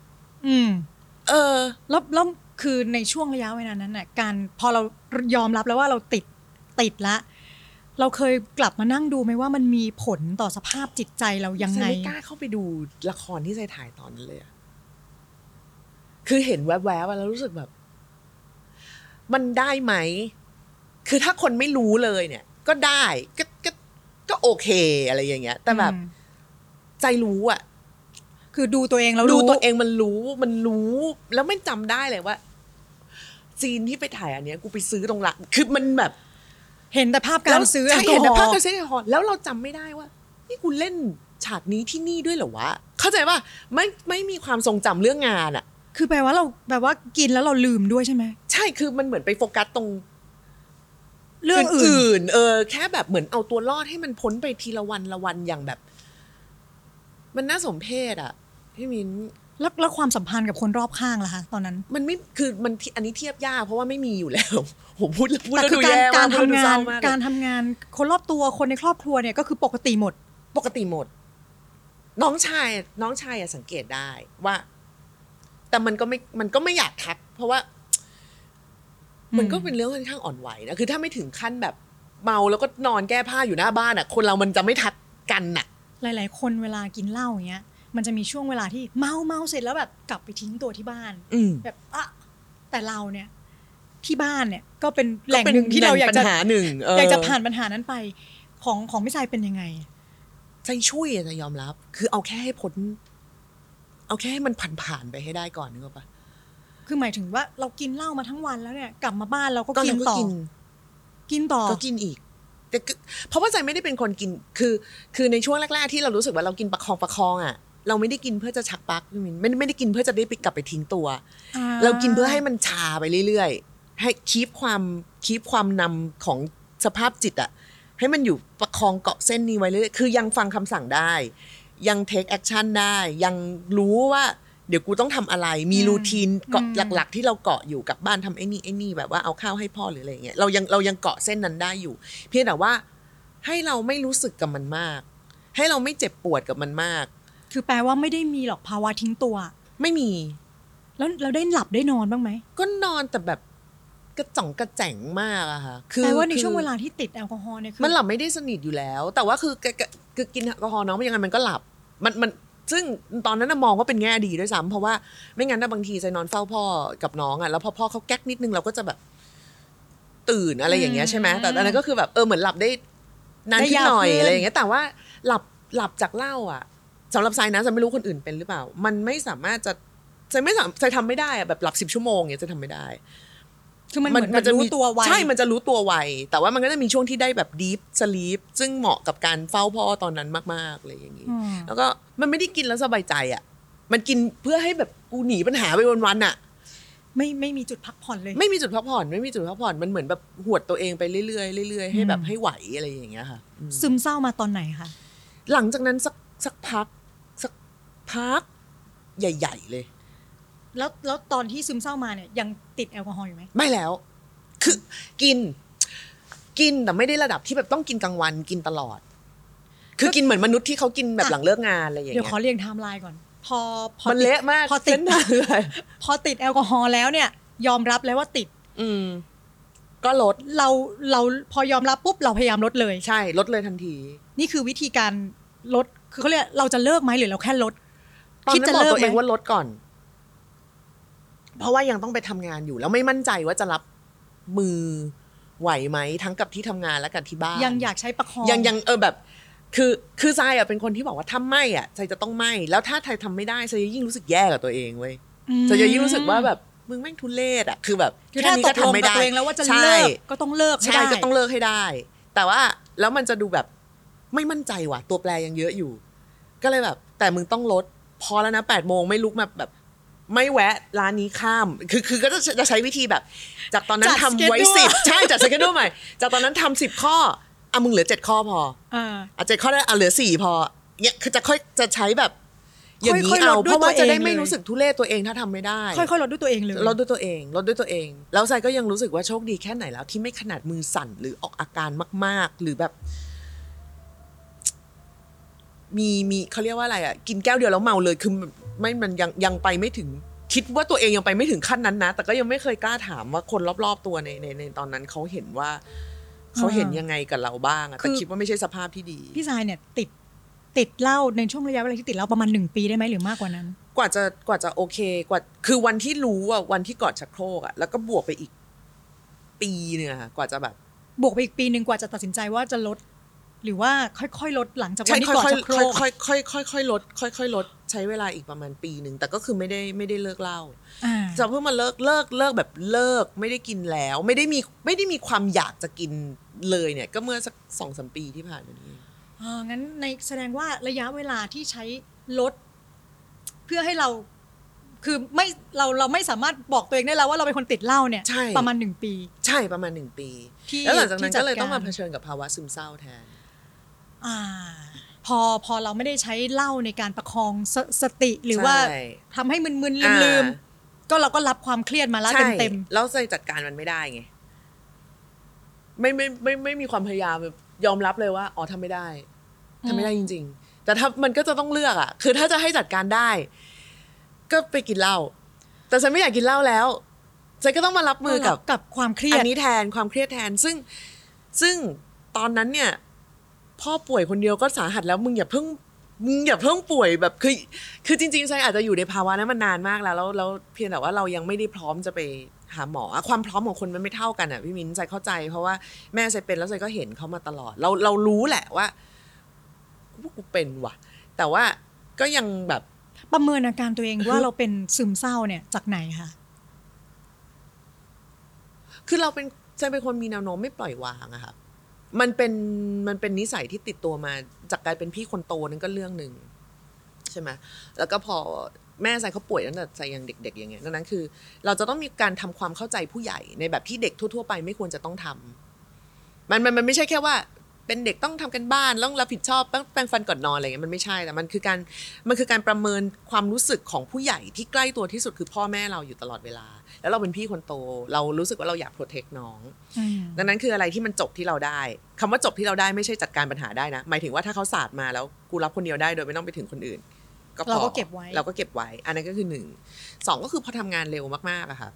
แล้วคือในช่วงระยะเวลานั้นน่ะการพอเรายอมรับแล้วว่าเราติดละเราเคยกลับมานั่งดูไหมว่ามันมีผลต่อสภาพจิตใจเรายังไงไม่กล้าเข้าไปดูละครที่ใจถ่ายตอนนั้นเลยอะคือเห็นแวบๆแล้วรู้สึกแบบมันได้ไหมคือถ้าคนไม่รู้เลยเนี่ยก็ได้ก็โอเคอะไรอย่างเงี้ยแต่แบบใจรู้อะคือดูตัวเองแล้วดูตัวเองมันรู้แล้วไม่จำได้เลยว่าซีนที่ไปถ่ายอันเนี้ยกูไปซื้อตรงหลังคือมันแบบเห็นแต่ภาพการซื้อเห็นแต่ภาพการซื้อแอลกอฮอล์แล้วเราจำไม่ได้ว่านี่กูเล่นฉากนี้ที่นี่ด้วยเหรอวะเข้าใจป่ะไม่มีความทรงจำเรื่องงานอะคือแปลว่าเราแบบว่ากินแล้วเราลืมด้วยใช่ไหมใช่คือมันเหมือนไปโฟกัสตรงเรื่องอื่นแค่แบบเหมือนเอาตัวรอดให้มันพ้นไปทีละวันอย่างแบบมันน่าสมเพชอะพี่มิ้นแล้วความสัมพันธ์กับคนรอบข้างล่ะคะตอนนั้นมันไม่คือมันอันนี้เทียบยากเพราะว่าไม่มีอยู่แล้วผมพูดแล้วดูแย่การทำงานคนรอบตัวคนในครอบครัวเนี่ยก็คือปกติหมดปกติหมดน้องชายสังเกตได้ว่าแต่มันก็ไม่อยากทักเพราะว่ามันก็เป็นเรื่องค่อนข้างอ่อนไหวนะคือถ้าไม่ถึงขั้นแบบเมาแล้วก็นอนแก้ผ้าอยู่หน้าบ้านอ่ะคนเรามันจะไม่ทักกันน่ะหลายๆคนเวลากินเหล้าอย่างเงี้ยมันจะมีช่วงเวลาที่เมาเสร็จแล้วแบบกลับไปทิ้งตัวที่บ้านแบบแต่เราเนี่ยที่บ้านเนี่ยก็เป็นแหล่งหนึ่งที่เราอยากจะผ่านปัญหานั้นไปของพี่ชายเป็นยังไงใจช่วยจะยอมรับคือเอาแค่ให้พ้นเอาแค่ให้มันผ่านไปให้ได้ก่อนนึกออกปะคือหมายถึงว่าเรากินเหล้ามาทั้งวันแล้วเนี่ยกลับมาบ้านเราก็กินต่อก็กินอีกแต่เพราะว่าใจไม่ได้เป็นคนกินคือในช่วงแรกๆที่เรารู้สึกว่าเรากินประคองอ่ะเราไม่ได้กินเพื่อจะชักปลั๊กไม่ได้กินเพื่อจะได้ไปกลับไปทิ้งตัวเรากินเพื่อให้มันชาไปเรื่อยๆให้คีปความนำของสภาพจิตอ่ะให้มันอยู่ประคองเกาะเส้นนี้ไว้เรื่อยๆคือยังฟังคำสั่งได้ยังเทคแอคชั่นได้ยังรู้ว่าเดี๋ยวกูต้องทำอะไรมีรูทีนเกาะหลักๆที่เราเกาะอยู่กับบ้านทำไอ้นี่แบบว่าเอาข้าวให้พ่อหรืออะไรอย่างเงี้ยเรายังเกาะเส้นนั้นได้อยู่เพียงแต่ว่าให้เราไม่รู้สึกกับมันมากให้เราไม่เจ็บปวดกับมันมากคือแปลว่าไม่ได้มีหรอกภาวะทิ้งตัวไม่มีแล้วเราได้หลับได้นอนบ้างไหมก็นอนแต่แบบกระจ่องกระแจ๋งมากอะค่ะคือแปลว่าในช่วงเวลาที่ติดแอลกอฮอล์เนี่ยมันหลับไม่ได้สนิทอยู่แล้วแต่ว่าคือกินแอลกอฮอล์น้องยังไงมันก็หลับมันซึ่งตอนนั้นมองว่าเป็นแง่ดีด้วยซ้ำเพราะว่าไม่งั้นบางทีใจนอนเฝ้าพ่อกับน้องอ่ะแล้วพอพ่อเขาแก๊กนิดนึงเราก็จะแบบตื่นอะไรอย่างเงี้ยใช่ไหมแต่อันนั้นก็คือแบบเหมือนหลับได้นานขึ้นหน่อยอะไรอย่างเงี้ยแต่ว่าหลับจากเหล้าอ่ะสำหรับใจนะจะไม่รู้คนอื่นเป็นหรือเปล่ามันไม่สามารถจะใจทำไม่ได้อ่ะแบบหลับ10 ชั่วโมงเงี้ยจะทำไม่ได้คือมันจะรู้ตัวไวใช่มันจะรู้ตัวไวแต่ว่ามันก็จะมีช่วงที่ได้แบบดีฟสลีปซึ่งเหมาะกับการเฝ้าพ่อตอนนั้นมากๆอะไรอย่างนี้แล้วก็มันไม่ได้กินแล้วสบายใจอ่ะมันกินเพื่อให้แบบกูหนีปัญหาไปวันๆอ่ะไม่มีจุดพักผ่อนเลยไม่มีจุดพักผ่อนมันเหมือนแบบหวดตัวเองไปเรื่อยๆเรื่อยๆให้แบบให้ไหวอะไรอย่างเงี้ยค่ะซึมเศร้ามาตอนไหนคะหลังจากนั้นสักพักใหญ่ๆเลยแล้วตอนที่ซึมเศร้ามาเนี่ยยังติดแอลกอฮอล์อยู่ไหมไม่แล้วคือกินแต่ไม่ได้ระดับที่แบบต้องกินกลางวันกินตลอดคือกินเหมือนมนุษย์ที่เขากินแบบหลังเลิกงานอะไรอย่างเงี้ยเดี๋ยวขอเรียงไทม์ไลน์ก่อนพอมันเละมากพอติดแอลกอฮอล์แล้วเนี่ยยอมรับแล้วว่าติดก็ลดเราพอยอมรับปุ๊บเราพยายามลดเลยใช่ลดเลยทันทีนี่คือวิธีการลดคือเขาเรียกเราจะเลิกไหมหรือเราแค่ลดคิดจะเลิกตัวเองว่าลดก่อนเพราะว่ายังต้องไปทำงานอยู่แล้วไม่มั่นใจว่าจะรับมือไหวไหมทั้งกับที่ทำงานและกับที่บ้านยังอยากใช้ประคองยังแบบคือใจอ่ะเป็นคนที่บอกว่าถ้าไม่อ่ะใจจะต้องไม่แล้วถ้าใจทำไม่ได้ใจจะยิ่งรู้สึกแย่กับตัวเองเว้ยใจจะยิ่งรู้สึกว่าแบบมึงแม่งทุเรศอ่ะคือแบบแค่นี้ก็ทำไม่ได้ตัวเองแล้วว่าจะเลิกก็ต้องเลิกให้ได้ใช่ก็ต้องเลิกให้ได้แต่ว่าแล้วมันจะดูแบบไม่มั่นใจว่ะตัวแปรยังเยอะอยู่ก็เลยแบบแต่มึงต้องลดพอแล้วนะ8 โมงไม่ลุกมาแบบไม่แวะร้านนี้ข้ามคือก็จะใช้วิธีแบบจากตอนนั้นทำไว้10ใช่จัดสเกดูใหม่จากตอนนั้นทำ10 ข้อมึงเหลือ7 ข้อพอ7 ข้อได้เหลือ4 พอเนี่ยคือจะใช้แบบอย่างนี้เอาเพราะว่าจะได้ไม่รู้สึกทุเรศตัวเองถ้าทำไม่ได้ค่อยๆลดด้วยตัวเองเลยลดด้วยตัวเองแล้วใจก็ยังรู้สึกว่าโชคดีแค่ไหนแล้วที่ไม่ขนาดมือสั่นหรือออกอาการมากๆหรือแบบมีเขาเรียกว่าอะไรอ่ะกินแก้วเดียวแล้วเมาเลยคือไม่มันยังไปไม่ถึงคิดว่าตัวเองยังไปไม่ถึงขั้นนั้นนะแต่ก็ยังไม่เคยกล้าถามว่าคนรอบๆตัวในตอนนั้นเขาเห็นว่าเขาเห็นยังไงกับเราบ้างแต่คิดว่าไม่ใช่สภาพที่ดีพี่ชายเนี่ยติดเหล้าในช่วงระยะเวลาที่ติดเหล้าประมาณ1 ปีได้ไหมหรือมากกว่านั้นกว่าจะโอเคกว่าคือวันที่รู้อ่ะวันที่กอดชักโครกอ่ะแล้วก็บวกไปอีกปีนึงค่ะกว่าจะแบบบวกไปอีกปีนึงกว่าจะตัดสินใจว่าจะลดหรือว่าค่อยๆลดหลังจากวันที่กอดชักโครกค่อยๆลดใช้เวลาอีกประมาณปีนึงแต่ก็คือไม่ได้เลิกเหล้าจะเพิ่งมาเลิกแบบเลิกไม่ได้กินแล้วไม่ได้มีความอยากจะกินเลยเนี่ยก็เมื่อสัก 2-3 ปีที่ผ่านมานี้งั้นแสดงว่าระยะเวลาที่ใช้ลดเพื่อให้เราคือไม่เราไม่สามารถบอกตัวเองได้แล้วว่าเราเป็นคนติดเหล้าเนี่ยประมาณ1 ปีใช่ประมาณ1 ปีแล้วหลังจากนั้นก็เลยต้องมาเผชิญกับภาวะซึมเศร้าแทนพอเราไม่ได้ใช้เหล้าในการประคองสติหรือว่าทำให้มึนๆลืมๆก็เราก็รับความเครียดมาแล้วเต็มๆแล้วใจจัดการมันไม่ได้ไงไม่มีความพยายามยอมรับเลยว่าทำไม่ได้ทำไม่ได้จริงๆแต่ถ้ามันก็จะต้องเลือกอ่ะคือถ้าจะให้จัดการได้ก็ไปกินเหล้าแต่ฉันไม่อยากกินเหล้าแล้วฉันก็ต้องมารับมือกับความเครียอัดนนี้แทนความเครียดแทนซึ่งตอนนั้นเนี่ยพ่อป่วยคนเดียวก็สาหัสแล้วมึงอย่าเพิ่งป่วยแบบคือจริงๆใจอาจจะอยู่ในภาวะนั้นมันนานมากแล้วเพียงแต่ว่าเรายังไม่ได้พร้อมจะไปหาหมอความพร้อมของคนมันไม่เท่ากันอ่ะพี่มิ้นใจเข้าใจเพราะว่าแม่ใจเป็นแล้วใจก็เห็นเขามาตลอดเรารู้แหละว่ากูเป็นว่ะแต่ว่าก็ยังแบบประเมินอาการตัวเองว่าเราเป็นซึมเศร้าเนี่ยจากไหนคะคือเราเป็นคนมีแนวโน้มไม่ปล่อยวางอะค่ะมันเป็นนิสัยที่ติดตัวมาจากการเป็นพี่คนโตนั่นก็เรื่องหนึ่งใช่ไหมแล้วก็พอแม่ใจเขาป่วยตั้งแต่ใจยังเด็กๆอย่างเงี้ยดังนั้นคือเราจะต้องมีการทำความเข้าใจผู้ใหญ่ในแบบที่เด็กทั่วๆไปไม่ควรจะต้องทำมันไม่ใช่แค่ว่าเป็นเด็กต้องทำกันบ้านต้องรับผิดชอบต้องแปรงฟันก่อนนอนอะไรเงี้ยมันไม่ใช่แต่มันคือการประเมินความรู้สึกของผู้ใหญ่ที่ใกล้ตัวที่สุดคือพ่อแม่เราอยู่ตลอดเวลาแล้วเราเป็นพี่คนโตเรารู้สึกว่าเราอยากโปรเทคน้องดังนั้นคืออะไรที่มันจบที่เราได้คำว่าจบที่เราได้ไม่ใช่จัดการปัญหาได้นะหมายถึงว่าถ้าเขาสาดมาแล้วกูรับคนเดียวได้โดยไม่ต้องไปถึงคนอื่นก็พอเราก็เก็บไว้อันนั้นก็คือ1 2ก็คือพอทำงานเร็วมากๆอะค่ะ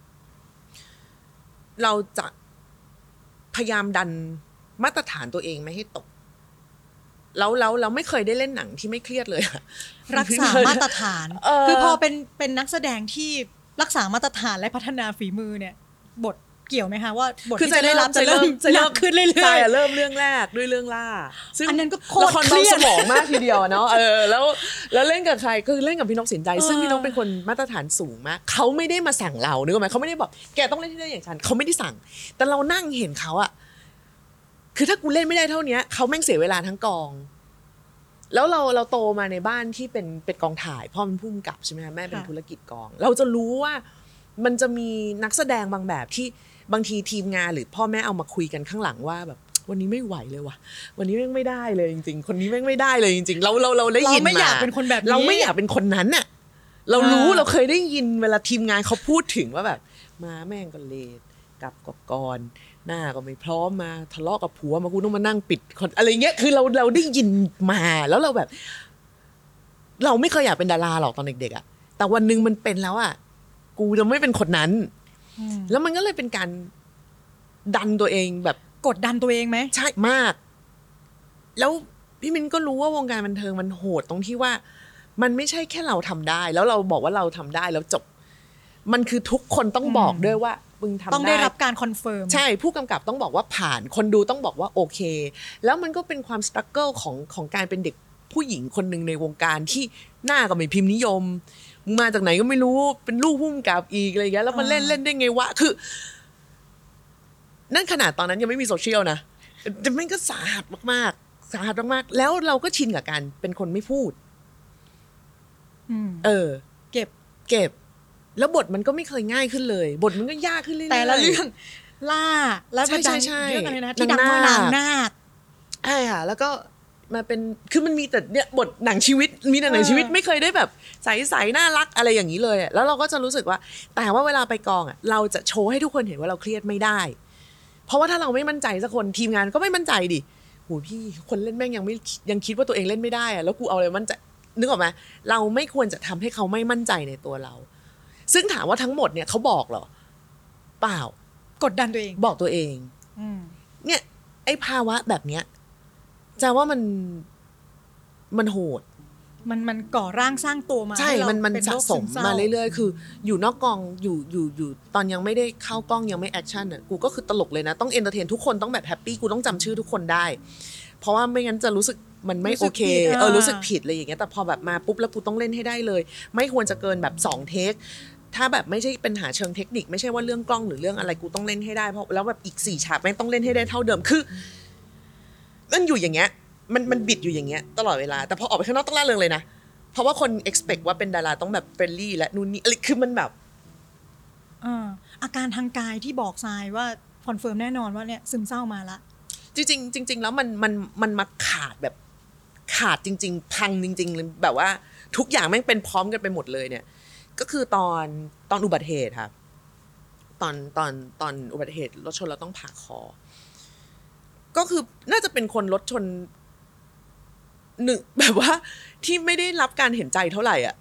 เราจะพยายามดันมาตรฐานตัวเองไม่ให้ตกแล้วเราไม่เคยได้เล่นหนังที่ไม่เครียดเลยรักษามาตรฐานคือพอเป็นนักแสดงที่รักษามาตรฐานและพัฒนาฝีมือเนี่ยบทเกี่ยวไหมคะว่าบทที่จะได้รับจะเริ่มขึ้นเรื่อยๆใช่เริ่มเรื่องแรกด้วยเรื่องล่าซึ่งอันนั้นก็โคตรเครียดสมองมากทีเดียวเนาะแล้วเล่นกับใครคือเล่นกับพี่นกสินใจซึ่งพี่นกเป็นคนมาตรฐานสูงมากเขาไม่ได้มาสั่งเรานึกออกไหมเขาไม่ได้บอกแกต้องเล่นที่ได้อย่างฉันเขาไม่ได้สั่งแต่เรานั่งเห็นเขาอะคือถ้ากูเล่นไม่ได้เท่านี้เขาแม่งเสียเวลาทั้งกองแล้วเราโตมาในบ้านที่เป็นกองถ่ายพ่อเป็นผู้กำกับใช่ไหมคะแม่เป็นธุรกิจกองเราจะรู้ว่ามันจะมีนักแสดงบางแบบที่บางทีทีมงานหรือพ่อแม่เอามาคุยกันข้างหลังว่าแบบวันนี้ไม่ไหวเลยว่ะวันนี้แม่งไม่ได้เลยจริงๆคนนี้แม่งไม่ได้เลยจริงๆเราได้ยินมาเราไม่อยากเป็นคนแบบนี้เราไม่อยากเป็นคนนั้นน่ะเรารู้เราเคยได้ยินเวลาทีมงานเขาพูดถึงว่าแบบมาแม่งก็เลทกลับก่อนหน้าก็ไม่พร้อมมาทะเลาะกับผัวมากูต้องมานั่งปิดคนอะไรเงี้ยคือเราได้ยินมาแล้วเราแบบเราไม่เคยอยากเป็นดาราหรอกตอนเด็กๆอ่ะแต่วันนึงมันเป็นแล้วอ่ะกูจะไม่เป็นคนนั้นแล้วมันก็เลยเป็นการดันตัวเองแบบกดดันตัวเองไหมใช่มากแล้วพี่มินก็รู้ว่าวงการบันเทิงมันโหดตรงที่ว่ามันไม่ใช่แค่เราทำได้แล้วเราบอกว่าเราทำได้แล้วจบมันคือทุกคนต้องบอกด้วยว่ามึงทำได้ต้องได้รับการคอนเฟิร์มใช่ผู้กำกับต้องบอกว่าผ่านคนดูต้องบอกว่าโอเคแล้วมันก็เป็นความสตรักเกิลของการเป็นเด็กผู้หญิงคนหนึ่งในวงการที่หน้าก็ไม่พิมพ์นิยมมาจากไหนก็ไม่รู้เป็นลูกผู้กำกับอีกอะไรอย่างเงี้ยแล้วมันเล่นได้ไงวะคือนั่นขนาดตอนนั้นยังไม่มีโซเชียลนะแต่มันก็สาหัสมากๆแล้วเราก็ชินกับการเป็นคนไม่พูดเก็บแล้วบทมันก็ไม่เคยง่ายขึ้นเลยบทมันก็ยากขึ้นเรื่อยๆแต่ละเรื่องล่าแล้วมันดังเรื่องอะไรนะที่ดังว่านางนาคใช่ค่ะแล้วก็มาเป็นคือมันมีแต่เนี่ยบทหนังชีวิตมีแต่หนังชีวิตไม่เคยได้แบบใสๆน่ารักอะไรอย่างนี้เลยแล้วเราก็จะรู้สึกว่าแต่ว่าเวลาไปกองอ่ะเราจะโชว์ให้ทุกคนเห็นว่าเราเครียดไม่ได้เพราะว่าถ้าเราไม่มั่นใจสักคนทีมงานก็ไม่มั่นใจดิโหพี่คนเล่นแม่งยังคิดว่าตัวเองเล่นไม่ได้อะแล้วกูเอาอะไรมั่นใจนึกออกไหมเราไม่ควรจะทำให้เขาไม่มั่นใจในตัวเราซึ่งถามว่าทั้งหมดเนี่ยเขาบอกเหรอเปล่ากดดันตัวเองบอกตัวเองเนี่ยไอ้ภาวะแบบเนี้ยจะว่ามันโหดมันก่อร่างสร้างตัวมาใช่มันสะสมมาเรื่อยๆคืออยู่นอกกองอยู่ตอนยังไม่ได้เข้ากล้องยังไม่แอคชั่นอ่ะกูก็คือตลกเลยนะต้องเอนเตอร์เทนทุกคนต้องแบบแฮปปี้กูต้องจำชื่อทุกคนได้เพราะว่าไม่งั้นจะรู้สึกมันไม่โอเครู้สึกผิดอะไรอย่างเงี้ยแต่พอแบบมาปุ๊บแล้วกูต้องเล่นให้ได้เลยไม่ควรจะเกินแบบ2เทคถ้าแบบไม่ใช่ปัญหาเชิงเทคนิคไม่ใช่ว่าเรื่องกล้องหรือเรื่องอะไรกูต้องเล่นให้ได้เพราะแล้วแบบอีก4ฉากแม่งต้องเล่นให้ได้เท่าเดิมคือมันอยู่อย่างเงี้ยมันบิดอยู่อย่างเงี้ยตลอดเวลาแต่พอออกไปข้างนอกต้องล่าเริงเลยนะเพราะว่าคน expect ว่าเป็นดาราต้องแบบเฟรนลี่และนู่นนี่อะไรคือมันแบบอาการทางกายที่บอกทรายว่าคอนเฟิร์มแน่นอนว่าเนี่ยซึมเศร้ามาละจริงแล้วมันมาขาดจริงๆพังจริงๆเลยแบบว่าทุกอย่างแม่งเป็นพร้อมกันไปหมดเลยเนี่ยก็คือตอนอุบัติเหตุครับตอนอุบัติเหตุรถชนเราต้องผ่าคอก็คือน่าจะเป็นคนรถชนหนึ่งแบบว่าที่ไม่ได้รับการเห็นใจเท่าไหร่อ่ะ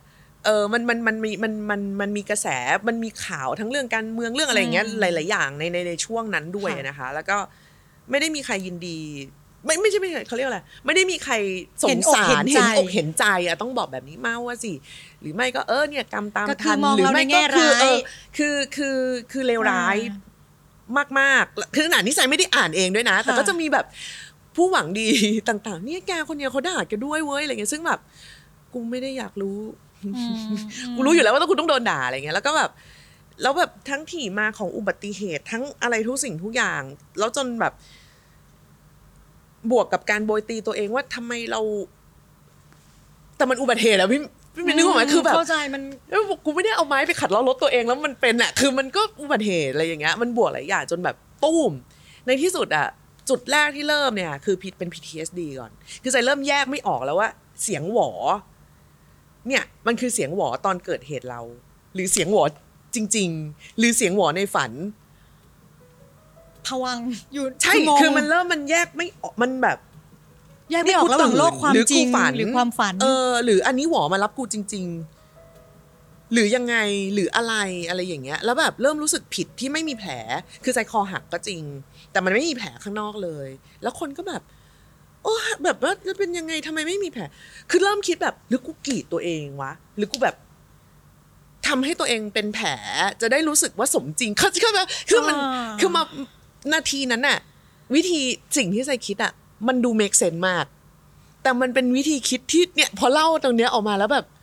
มันมีกระแสมันมีข่าวทั้งเรื่องการเมืองเรื่องอะไรอย่างเงี้ยหลายๆอย่างในช่วงนั้นด้วยนะคะแล้วก็ไม่ได้มีใครยินดีไม่ใช่เขาเรียกอะไรไม่ได้มีใครสงสารเห็นอกเห็นใจอะต้องบอกแบบนี้มากว่าสิหรือไม่ก็เนี่ยกรรมตามทันหรือไม่ก็คือเลวร้ายมากๆคือขนาดนิสัยไม่ได้อ่านเองด้วยนะแต่ก็จะมีแบบผู้หวังดีต่างๆเนี่ยแกคนเนี้ยเขาด่าแกด้วยเว้ยอะไรเงี้ยซึ่งแบบกูไม่ได้อยากรู้กูรู้อยู่แล้วว่าคุณต้องโดนด่าอะไรเงี้ยแล้วก็แบบแล้วแบบทั้งที่มาของอุบัติเหตุทั้งอะไรทุกสิ่งทุกอย่างแล้วจนแบบบวกกับการโบยตีตัวเองว่าทำไมเราแต่มันอุบัติเหตุแล้วพี่นึกออกไหมคือแบบเข้าใจมันกูไม่ได้เอาไม้ไปขัดล้อรถตัวเองแล้วมันเป็นอะคือมันก็อุบัติเหตุอะไรอย่างเงี้ยมันบวกหลายอย่างจนแบบตุ้มในที่สุดอะจุดแรกที่เริ่มเนี่ยคือเป็น PTSD ก่อนคือใจเริ่มแยกไม่ออกแล้วว่าเสียงหวอเนี่ยมันคือเสียงหวอตอนเกิดเหตุเราหรือเสียงหวอจริงๆหรือเสียงหวอในฝันผวังอยู่ใช่คือมันเริ่มมันแยกไม่ออกมันแบบแยกไม่ออกระหว่างโลกความจริงหรือความฝันหรืออันนี้หวอมารับกูจริงๆหรือยังไงหรืออะไรอย่างเงี้ยแล้วแบบเริ่มรู้สึกผิดที่ไม่มีแผลคือใจคอหักก็จริงแต่มันไม่มีแผลข้างนอกเลยแล้วคนก็แบบโอ้แบบว่าจะเป็นยังไงทำไมไม่มีแผลคือเริ่มคิดแบบหรือกูกรีดตัวเองวะหรือกูแบบทำให้ตัวเองเป็นแผลจะได้รู้สึกว่าสมจริงคือมันคือมานาทีนั้นน่ะวิธีสิ่งที่ใจคิดอ่ะมันดู make sense มากแต่มันเป็นวิธีคิดที่เนี่ยพอเล่าตรงเนี้ยออกมาแล้วแบบ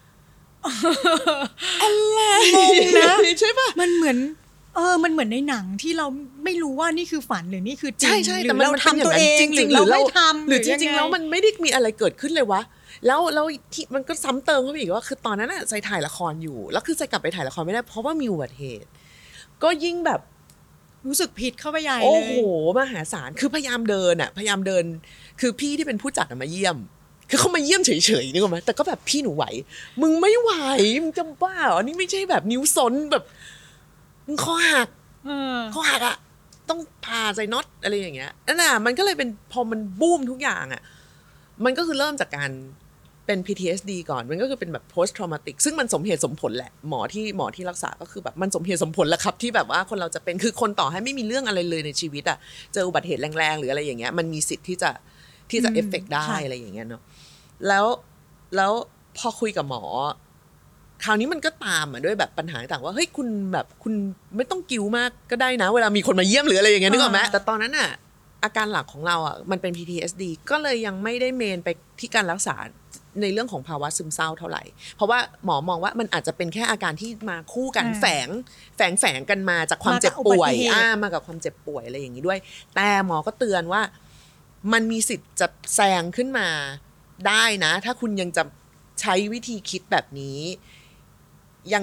อะไรนะใช่ป่ะมันเหมือนมันเหมือนในหนังที่เราไม่รู้ว่านี่คือฝันหรือนี่คือจริงใช่หรือเราทำตัวเองหรือเราไม่ทำหรือจริงๆแล้วมันไม่ได้มีอะไรเกิดขึ้นเลยวะแล้วที่มันก็ซ้ำเติมเข้าไปอีกว่าคือตอนนั้นน่ะใจถ่ายละครอยู่แล้วคือใจกลับไปถ่ายละครไม่ได้เพราะว่ามีอุบัติเหตุก็ยิ่งแบบรู้สึกผิดเข้าไปใหญ่เลยโอ้โหมหาศาลคือพยายามเดินคือพี่ที่เป็นผู้จัดมาเยี่ยมคือเขามาเยี่ยมเฉยๆนึกออกไหมแต่ก็แบบพี่หนูไหวมึงไม่ไหวมึงจะบ้าเหรอนี่ไม่ใช่แบบนิ้วซนแบบมึงคอหักอ่ะต้องผ่าใส่น็อตอะไรอย่างเงี้ยนั่นแหละมันก็เลยเป็นพอมันบูมทุกอย่างอ่ะมันก็คือเริ่มจากการเป็น PTSD ก่อนมันก็คือเป็นแบบ post traumatic ซึ่งมันสมเหตุสมผลแหละหมอที่รักษาก็คือแบบมันสมเหตุสมผลแหละครับที่แบบว่าคนเราจะเป็นคือคนต่อให้ไม่มีเรื่องอะไรเลยในชีวิตอ่ะเจออุบัติเหตุแรงๆหรืออะไรอย่างเงี้ยมันมีสิทธิ์ที่จะเอฟเฟกต์ได้อะไรอย่างเงี้ยเนาะแล้วพอคุยกับหมอคราวนี้มันก็ตามมาด้วยแบบปัญหาต่างว่าเฮ้ยคุณแบบคุณไม่ต้องกิ้วมากก็ได้นะเวลามีคนมาเยี่ยมหรืออะไรอย่างเงี้ยนึกออกไหมแต่ตอนนั้นอ่ะอาการหลักของเราอ่ะมันเป็น PTSD ก็เลยยังไม่ได้เมนไปที่การรักษาในเรื่องของภาวะซึมเศร้าเท่าไหร่เพราะว่าหมอมองว่ามันอาจจะเป็นแค่อาการที่มาคู่กันแฝงกันมาจากความเจ็บป่วยมากับความเจ็บป่วยอะไรอย่างนี้ด้วยแต่หมอก็เตือนว่ามันมีสิทธิ์จะแซงขึ้นมาได้นะถ้าคุณยังจะใช้วิธีคิดแบบนี้ยัง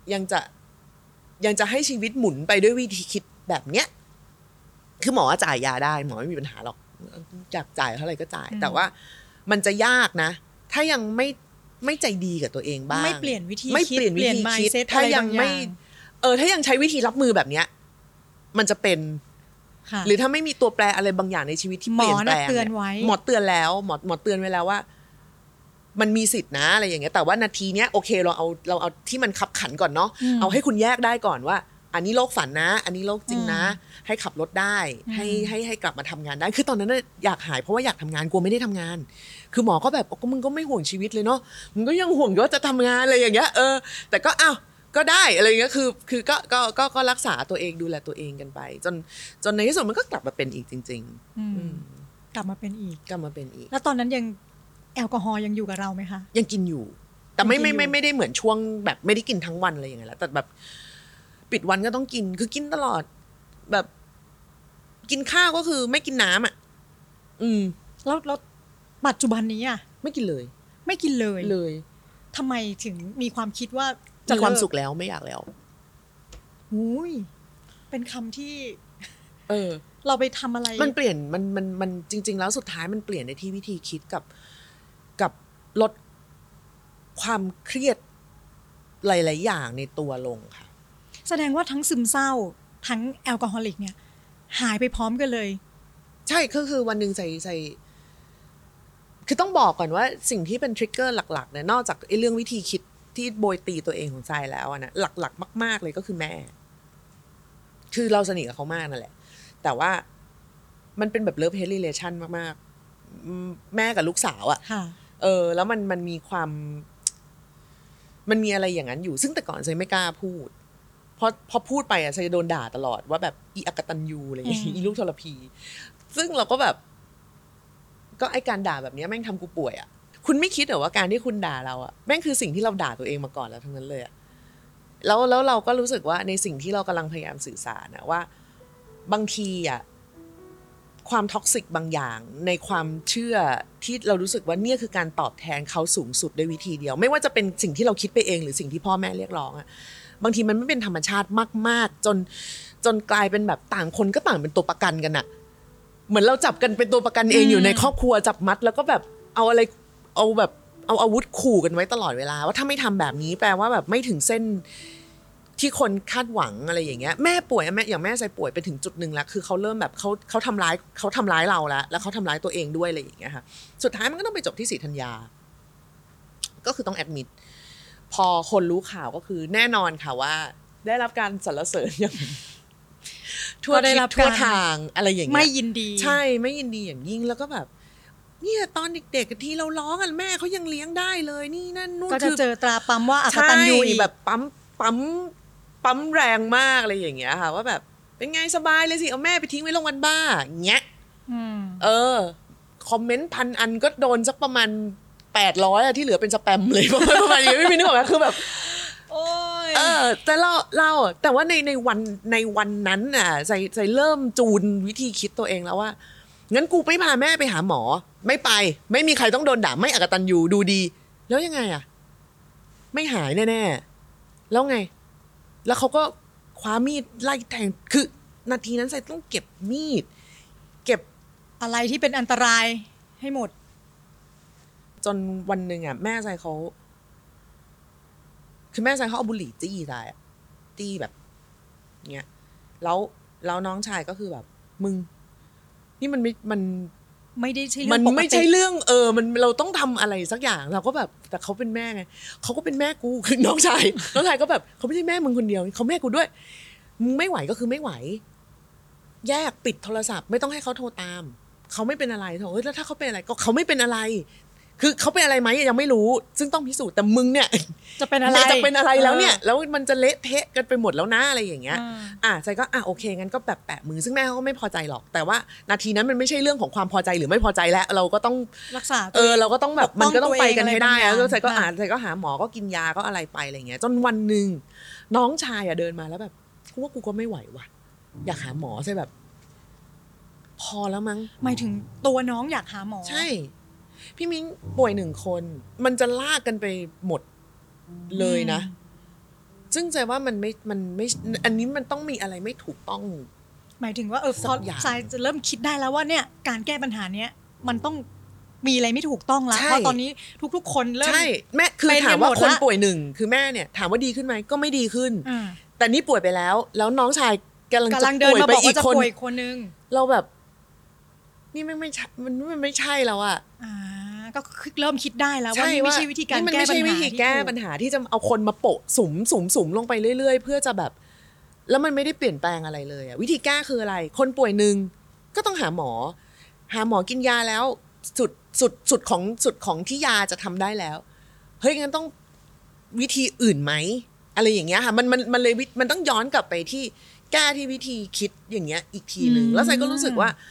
จะให้ชีวิตหมุนไปด้วยวิธีคิดแบบเนี้ยคือหมอจ่ายยาได้หมอไม่มีปัญหาหรอกอยากจ่ายเท่าไหร่ก็จ่ายแต่ว่ามันจะยากนะถ้ายังไม่ใจดีกับตัวเองบ้างไม่เปลี่ยนวิธีคิดเปลี่ยนวิธีคิดถ้ายังไม่ถ้ายังใช้วิธีรับมือแบบเนี้ยมันจะเป็นหรือถ้าไม่มีตัวแปรอะไรบางอย่างในชีวิตที่เปลี่ยนแปลงหมอเตือนแล้วหมอเตือนไว้แล้วว่ามันมีสิทธินะอะไรอย่างเงี้ยแต่ว่านาทีเนี้ยโอเคเราเอาที่มันขับขันก่อนเนาะเอาให้คุณแยกได้ก่อนว่าอันนี้โลกฝันนะอันนี้โลกจริงนะให้ขับรถได้ให้กลับมาทำงานได้คือตอนนั้นอยากหายเพราะว่าอยากทำงานกลัวไม่ได้ทำงานคือหมอก็แบบมึงก็ไม่ห่วงชีวิตเลยเนาะมึงก็ยังห่วงว่าจะทำงานอะไรอย่างเงี้ยแต่ก็อ้าวก็ได้อะไรอย่างเงี้ยคือก็รักษาตัวเองดูแลตัวเองกันไปจนในที่สุดมันก็กลับมาเป็นอีกจริงๆกลับมาเป็นอีกแล้วตอนนั้นยังแอลกอฮอล์ยังอยู่กับเราไหมคะยังกินอยู่แต่ไม่ได้เหมือนช่วงแบบไม่ได้กินทั้งวันอะไรอย่างเงี้ยแล้วแต่แบบปิดวันก็ต้องกินคือกินตลอดแบบกินข้าวก็คือไม่กินน้ำอ่ะแล้วปัจจุบันนี้อ่ะไม่กินเลยทำไมถึงมีความคิดว่ามีความสุขแล้วไม่อยากแล้วเป็นคำที่เราไปทำอะไรมันเปลี่ยนมันจริงๆแล้วสุดท้ายมันเปลี่ยนในที่วิธีคิดกับลดความเครียดหลายๆอย่างในตัวลงค่ะแสดงว่าทั้งซึมเศร้าทั้งแอลกอฮอลิกเนี่ยหายไปพร้อมกันเลยใช่คือวันนึงใส่คือต้องบอกก่อนว่าสิ่งที่เป็นทริกเกอร์หลักๆเนี่ยนอกจากไอ้เรื่องวิธีคิดที่โบยตีตัวเองของใจแล้วนะหลักๆมากๆเลยก็คือแม่คือเราสนิทกับเขามากนั่นแหละแต่ว่ามันเป็นแบบเลิฟเฮดรีเลชั่นมากๆแม่กับลูกสาวอะแล้วมันมีความมันมีอะไรอย่างนั้นอยู่ซึ่งแต่ก่อนใจไม่กล้าพูดพอพูดไปอะใจจะโดนด่าตลอดว่าแบบอีอกตัญญูอะไรอย่างเงี้ยอีลูกทรพี ซึ่งเราก็แบบก็ไอการด่าแบบนี้แม่งทำกูป่วยอะคุณไม่คิดเหรอว่าการที่คุณด่าเราอะแม่งคือสิ่งที่เราด่าตัวเองมาก่อนแล้วทั้งนั้นเลยอะแล้วเราก็รู้สึกว่าในสิ่งที่เรากำลังพยายามสื่อสารนะว่าบางทีอะความท็อกซิกบางอย่างในความเชื่อที่เรารู้สึกว่าเนี่ยคือการตอบแทนเขาสูงสุดด้วยวิธีเดียวไม่ว่าจะเป็นสิ่งที่เราคิดไปเองหรือสิ่งที่พ่อแม่เรียกร้องอะบางทีมันไม่เป็นธรรมชาติมากๆจนกลายเป็นแบบต่างคนก็ต่างเป็นตัวประกันกันอะเหมือนเราจับกันเป็นตัวประกันเองอยู่ในครอบครัวจับมัดแล้วก็แบบเอาอาวุธขู่กันไว้ตลอดเวลาว่าถ้าไม่ทำแบบนี้แปลว่าแบบไม่ถึงเส้นที่คนคาดหวังอะไรอย่างเงี้ยแม่ป่วยแม่อย่างแม่ใจป่วยไปถึงจุดนึงแล้วคือเขาเริ่มแบบเขาทำร้ายเราแล้วเขาทำร้ายตัวเองด้วยอะไรอย่างเงี้ยค่ะสุดท้ายมันก็ต้องไปจบที่ศรีธัญญาก็คือต้องแอดมิดพอคนรู้ข่าวก็คือแน่นอนค่ะว่าได้รับการสรรเสริญอย่างทั่วทิศทั่วทางอะไรอย่างเงี้ยไม่ยินดีใช่ไม่ยินดีอย่างยิ่งแล้วก็แบบเนี่ยตอนเด็กๆที่เราร้องกันแม่เขายังเลี้ยงได้เลยนี่นั่นนู่นก็จะเจอตราปั๊มว่าอกตัญญูอีกแบบปั๊มแรงมากอะไรอย่างเงี้ยค่ะว่าแบบเป็นไงสบายเลยสิเอาแม่ไปทิ้งไว้โรงพยาบาลบ้าอย่างเงี้ยคอมเมนต์1,000 อันก็โดนสักประมาณ800ที่เหลือเป็นสแปมเลยประมาณนี้ไม่นึกออกไหมคือแบบโอ้ยแต่เราแต่ว่าในวันนั้นน่ะใจเริ่มจูนวิธีคิดตัวเองแล้วว่างั้นกูไม่พาแม่ไปหาหมอไม่ไปไม่มีใครต้องโดนด่าไม่อกตัญญูดูดีแล้วยังไงอ่ะไม่หายแน่ๆแล้วไงแล้วเขาก็คว้ามีดไล่แทงคือนาทีนั้นใจต้องเก็บมีดเก็บอะไรที่เป็นอันตรายให้หมดจนวันหนึ่งอ่ะแม่ใจเขาคือแม่ใจเขาเอาบุหรี่จี้ใจอ่ะจี้แบบเงี้ยแล้วน้องชายก็คือแบบมึงนี่มันไม่ได้ใช่เรื่องปกติมันไม่ใช่เรื่องมันเราต้องทำอะไรสักอย่างเราก็แบบแต่เขาเป็นแม่ไงเขาก็เป็นแม่กูคือน้องชายก็แบบเขาไม่ใช่แม่มึงคนเดียวเขาแม่กูด้วยมึงไม่ไหวก็คือไม่ไหวแยกปิดโทรศัพท์ไม่ต้องให้เขาโทรตามเขาไม่เป็นอะไรเถอะแล้วถ้าเขาเป็นอะไรก็เขาไม่เป็นอะไรคือเขาเป็นอะไรไหมยังไม่รู้ซึ่งต้องพิสูจน์แต่มึงเนี่ยจะเป็นอะไรแล้วเนี่ยแล้วมันจะเละเทะกันไปหมดแล้วนะอะไรอย่างเงี้ยใจก็โอเคงั้นก็แบบแปะมือซึ่งแม่เขาก็ไม่พอใจหรอกแต่ว่านาทีนั้นมันไม่ใช่เรื่องของความพอใจหรือไม่พอใจแล้วเราก็ต้องรักษาเราก็ต้องแบบมันก็ต้องไปกันให้ได้แล้วใจก็หาหมอก็กินยาก็อะไรไปอะไรเงี้ยจนวันนึงน้องชายเดินมาแล้วแบบกูว่ากูก็ไม่ไหวว่ะอยากหาหมอใช่แบบพอแล้วมั้งหมายถึงตัวน้องอยากหาหมอใช่พี่มิ้งป่วย1 คนมันจะลากกันไปหมดเลยนะซึ่งใจว่ามันไม่อันนี้มันต้องมีอะไรไม่ถูกต้องหมายถึงว่าพอใจจะเริ่มคิดได้แล้วว่าเนี่ยการแก้ปัญหาเนี้ยมันต้องมีอะไรไม่ถูกต้องแล้วเพราะตอนนี้ทุกๆคนเริ่มใช่แม่คือถามว่าคนป่วย1คือแม่เนี่ยถามว่าดีขึ้นไหมก็ไม่ดีขึ้นแต่นี่ป่วยไปแล้วน้องชายกำลังจะป่วยไปอีกคนนึงเราแบบนี่ไม่ใช่มันไม่ใช่แล้วอ่ะก็เริ่มคิดได้แล้วว่านี่ไม่ใช่วิธีการแก้ปัญหาไม่ใช่วิธีแก้ปัญหาที่จะเอาคนมาโปะสุมลงไปเรื่อยๆเพื่อจะแบบแล้วมันไม่ได้เปลี่ยนแปลงอะไรเลยอ่ะวิธีแก้คืออะไรคนป่วย1ก็ต้องหาหมอกินยาแล้วสุดของที่ยาจะทำได้แล้วเฮ้ยงั้นต้องวิธีอื่นไหมอะไรอย่างเงี้ยค่ะมันเลยมันต้องย้อนกลับไปที่แก้ที่วิธีคิดอย่างเงี้ยอีกทีนึงแล้วไซก็รู้สึกว่า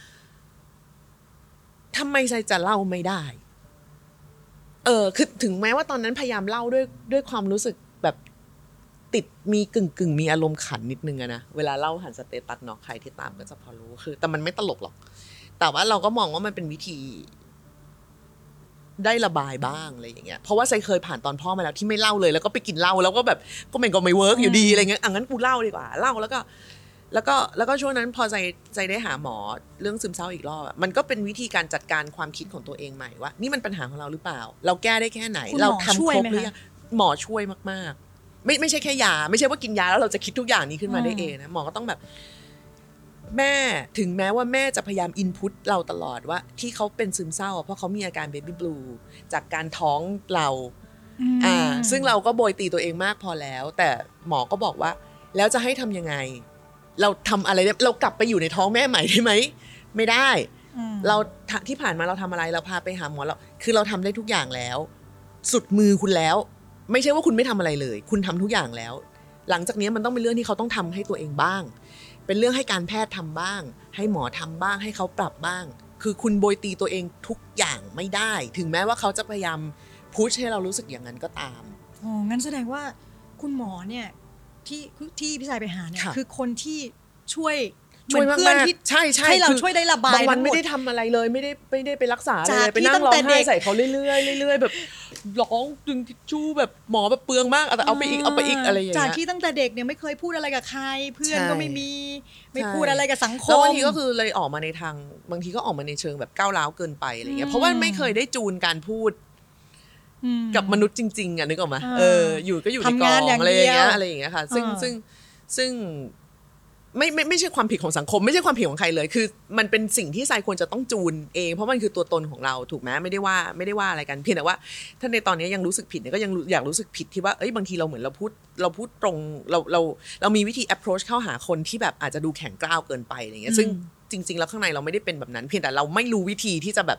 ทำไมไซจะเล่าไม่ได้คือถึงแม้ว่าตอนนั้นพยายามเล่าด้วยความรู้สึกแบบติดมีกึ่งมีอารมณ์ขันนิดนึงอะนะเวลาเล่าหันสเตตัสเนาะใครที่ตามก็จะพอรู้คือแต่มันไม่ตลกหรอกแต่ว่าเราก็มองว่ามันเป็นวิธีได้ระบายบ้างอะไรอย่างเงี้ยเพราะว่าไซเคยผ่านตอนพ่อมาแล้วที่ไม่เล่าเลยแล้วก็ไปกินเหล้าแล้วก็แบบก็ไม่เวิร์กอยู่ดีอะไรเงี้ยงั้นกูเล่าดีกว่าเล่าแล้วก็ช่วงนั้นพอใจได้หาหมอเรื่องซึมเศร้าอีกรอบมันก็เป็นวิธีการจัดการความคิดของตัวเองใหม่ว่านี่มันปัญหาของเราหรือเปล่าเราแก้ได้แค่ไหนเราทำครบหรือยังหมอช่วยมากๆไม่ใช่แค่ยาไม่ใช่ว่ากินยาแล้วเราจะคิดทุกอย่างนี้ขึ้นมาได้เองนะหมอก็ต้องแบบแม่ถึงแม้ว่าแม่จะพยายามอินพุตเราตลอดว่าที่เขาเป็นซึมเศร้าเพราะเขามีอาการเบบี้บลูจากการท้องเราซึ่งเราก็โบยตีตัวเองมากพอแล้วแต่หมอก็บอกว่าแล้วจะให้ทำยังไงเราทำอะไรเรากลับไปอยู่ในท้องแม่ใหม่ได้ไหมไม่ได้เราที่ผ่านมาเราทำอะไรเราพาไปหาหมอเราคือเราทำได้ทุกอย่างแล้วสุดมือคุณแล้วไม่ใช่ว่าคุณไม่ทำอะไรเลยคุณทำทุกอย่างแล้วหลังจากนี้มันต้องเป็นเรื่องที่เขาต้องทำให้ตัวเองบ้างเป็นเรื่องให้การแพทย์ทำบ้างให้หมอทำบ้างให้เขาปรับบ้างคือคุณโบยตีตัวเองทุกอย่างไม่ได้ถึงแม้ว่าเขาจะพยายามพุชให้เรารู้สึกอย่างนั้นก็ตามอ๋องั้นแสดงว่าคุณหมอเนี่ยที่พี่ชายไปหาเนี่ยคือคนที่ช่วยเหมือนเพื่อนที่ใช่ให้เราช่วยได้ระบายบางวันไม่ได้ทำอะไรเลยไม่ได้ไปรักษาเลยไปนั่งร้องไห้ใส่เขาเรื่อยๆแบบร้องดึงทิชชู่แบบหมอแบบเปลืองมากแต่เอาไปอีกอะไรอย่างเงี้ยจากที่ตั้งแต่เด็กเนี่ยไม่เคยพูดอะไรกับใครเพื่อนก็ไม่มีไม่พูดอะไรกับสังคมแล้วบางทีก็คือเลยออกมาในทางบางทีก็ออกมาในเชิงแบบก้าวร้าวเกินไปอะไรเงี้ยเพราะว่าไม่เคยได้จูนการพูดกับมนุษย์จริงๆอ่ะนึกออกไหมอยู่ก็อยู่ในกองอะไรอย่างเงี้ยค่ะซึ่งไม่ใช่ความผิดของสังคมไม่ใช่ความผิดของใครเลยคือมันเป็นสิ่งที่ทรายควรจะต้องจูนเองเพราะมันคือตัวตนของเราถูกไหมไม่ได้ว่าอะไรกันเพียงแต่ว่าถ้าในตอนนี้ยังรู้สึกผิดเนี่ยก็ยังอยากรู้สึกผิดที่ว่าบางทีเราเหมือนเราพูดตรงเรามีวิธี approach เข้าหาคนที่แบบอาจจะดูแข็งกร้าวเกินไปอะไรเงี้ยซึ่งจริงๆแล้วข้างในเราไม่ได้เป็นแบบนั้นเพียงแต่เราไม่รู้วิธีที่จะแบบ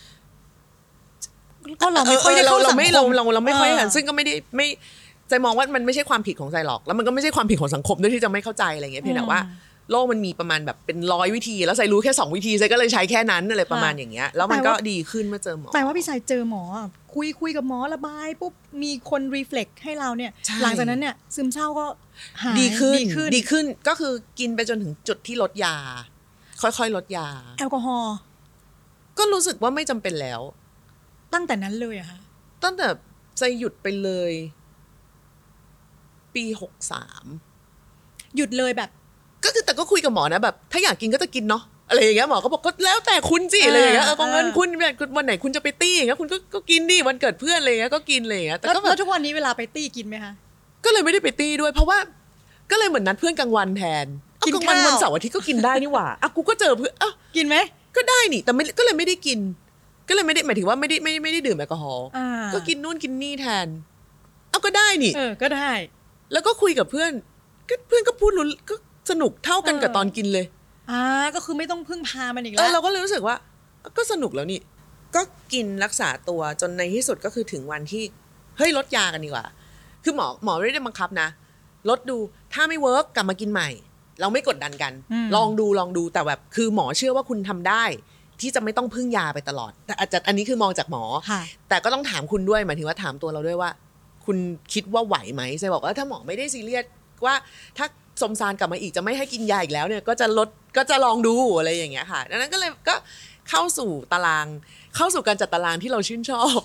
ก็เราไม่ค่อยได้เข้าสังคมเราไม่ค่อยซึ่งก็ไม่ใจมองว่ามันไม่ใช่ความผิดของใจหรอกแล้วมันก็ไม่ใช่ความผิดของสังคมด้วยที่จะไม่เข้าใจอะไรเงี้ยเพียงแต่ว่าโลกมันมีประมาณแบบเป็น100วิธีแล้วใจรู้แค่2วิธีใจก็เลยใช้แค่นั้นอะไรประมาณอย่างเงี้ยแล้วมันก็ดีขึ้นเมื่อเจอหมอแต่ว่าพี่ชายเจอหมอคุยกับหมอระบายปุ๊บมีคนรีเฟล็กให้เราเนี่ยหลังจากนั้นเนี่ยซึมเศร้าก็หายดีขึ้นก็คือกินไปจนถึงจุดที่ลดยาค่อยๆลดยาแอลกอฮอล์ก็รู้สึกว่าไม่จำเป็นแล้วตั้งแต่นั้นเลยอะค่ะตั้งแต่ใจหยุดไปเลยปี63 หยุดเลยแบบก็คือแต่ก็คุยกับหมอนะแบบถ้าอยากกินก็จะกินเนาะอะไรอย่างเงี้ยหมอก็บอกก็แล้วแต่คุณสิอะไรอย่างเงี้ยก็เงินคุณแบบวันไหนคุณจะไปตี้อย่างเงี้ยคุณก็กินดิวันเกิดเพื่อนอะไรอย่างเงี้ยก็กินอะไรอย่างเงี้ยแต่ก็แล้วทุกวันนี้เวลาไปตี้กินไหมคะก็เลยไม่ได้ไปตี้ด้วยเพราะว่าก็เลยเหมือนนัดเพื่อนกลางวันแทนกลางวันเสาร์อาทิตย์ก็กินได้นี่หว่ากูก็เจอเพื่อนกินไหมก็ได้นี่แต่ก็เลยไม่ได้กินก็เลยไม่ได้หมายถึงว่าไม่ได้ดื่มแอลกอฮอล์ก็กินนู่นกินนี่แทนก็ได้นี่ก็ได้แล้วก็คุยกับเพื่อนก็พูดรู้ก็สนุกเท่ากันกับตอนกินเลยก็คือไม่ต้องพึ่งพามันอีกแล้วเราก็เลยรู้สึกว่าก็สนุกแล้วนี่ก็กินรักษาตัวจนในที่สุดก็คือถึงวันที่เฮ้ยลดยากันดีกว่าคือหมอไม่ได้บังคับนะลดดูถ้าไม่เวิร์กกลับมากินใหม่เราไม่กดดันกันลองดูแต่แบบคือหมอเชื่อว่าคุณทำได้ที่จะไม่ต้องพึ่งยาไปตลอดแต่อาจจะอันนี้คือมองจากหมอแต่ก็ต้องถามคุณด้วยหมายถึงว่าถามตัวเราด้วยว่าคุณคิดว่าไหวไหมใช่บอกว่าถ้าหมอไม่ได้ซีเรียสว่าถ้าสมซานกลับมาอีกจะไม่ให้กินยาอีกแล้วเนี่ยก็จะลองดูอะไรอย่างเงี้ยค่ะดังนั้นก็เลยก็เข้าสู่ตารางเข้าสู่การจัดตารางที่เราชื่นชอบ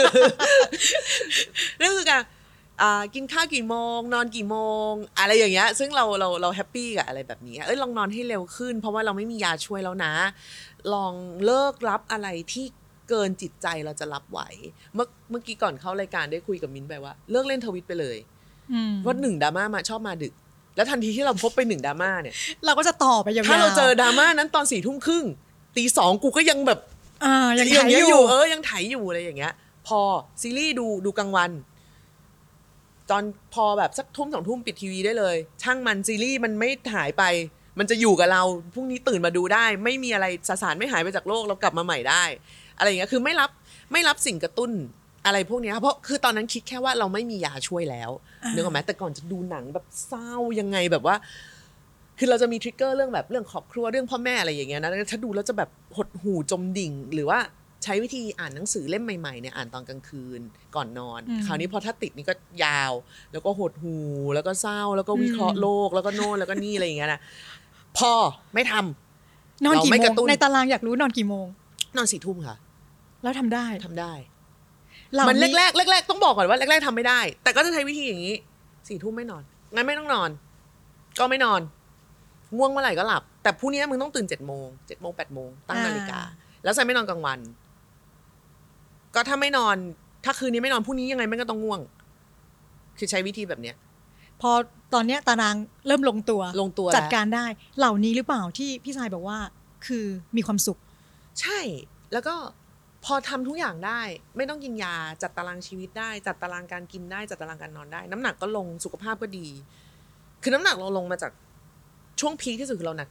นั่นคือการกินข้าวกี่โมงนอนกี่โมงอะไรอย่างเงี้ยซึ่งเราแฮปปี้กับอะไรแบบนี้ลองนอนให้เร็วขึ้นเพราะว่าเราไม่มียาช่วยแล้วนะลองเลิกรับอะไรที่เกินจิตใจเราจะรับไหวเมื่อกี้ก่อนเข้ารายการได้คุยกับมิ้นไปว่าเลิกเล่นทวิตไปเลยว่า1ดราม่ามาชอบมาดึกแล้วทันทีที่เราพบไป1ดราม่าเนี่ยเราก็จะต่อไปยาวๆถ้าเราเจอดราม่านั้นตอน 4:30 นตี 2กูก็ยังแบบยังถ่ายอยู่ยังถ่ายอยู่อะไรอย่างเงี้ยพอซีรีส์ดูกลางวันตอนพอแบบสักทุ่ม2 ทุ่มปิดทีวีได้เลยช่างมันซีรีส์มันไม่หายไปมันจะอยู่กับเราพรุ่งนี้ตื่นมาดูได้ไม่มีอะไรสสารไม่หายไปจากโลกเรากลับมาใหม่ได้อะไรอย่างเงี้ยคือไม่รับสิ่งกระตุ้นอะไรพวกนี้เพราะคือตอนนั้นคิดแค่ว่าเราไม่มียาช่วยแล้วนึกออกไหมแต่ก่อนจะดูหนังแบบเศร้ายังไงแบบว่าคือเราจะมีทริกเกอร์เรื่องแบบเรื่องครอบครัวเรื่องพ่อแม่อะไรอย่างเงี้ยนะถ้าดูแล้วจะแบบหดหู่จมดิ่งหรือว่าใช้วิธีอ่านหนังสือเล่มใหม่ๆเนี่ยอ่านตอนกลางคืนก่อนนอนคราวนี้พอถ้าติดนี่ก็ยาวแล้วก็หดหู่แล้วก็เศร้าแล้วก็วิเคราะห์โลกแล้วก็โน่นแล้วก็นี่อะไรอย่างเงี้ยนะพอไม่ทำนอนกี่โมงในตารางอยากรู้นอนกี่โมงนอน 4 ทุ่มค่ะแล้วทำได้มันแรกต้องบอกก่อนว่าแรกๆทำไม่ได้แต่ก็จะใช้วิธีอย่างนี้ 4 ทุ่มไม่นอนงั้นไม่ต้องนอนก็ไม่นอนง่วงเมื่อไหร่ก็หลับแต่พรุ่งนี้มึงต้องตื่น7 โมง 8 โมงตั้งนาฬิกาแล้วใส่ไม่นอนกลางวันก็ถ้าไม่นอนถ้าคืนนี้ไม่นอนพรุ่งนี้ยังไงมันก็ต้องง่วงคือใช้วิธีแบบเนี้ยพอตอนเนี้ยตารางเริ่มลงตัวแล้วจัดการได้เหล่านี้หรือเปล่าที่พี่ชายบอกว่าคือมีความสุขใช่แล้วก็พอทำทุกอย่างได้ไม่ต้องกินยาจัดตารางชีวิตได้จัดตารางการกินได้จัดตารางการนอนได้น้ำหนักก็ลงสุขภาพก็ดีคือน้ำหนักเราลงมาจากช่วงพีคที่สุดคือเราหนัก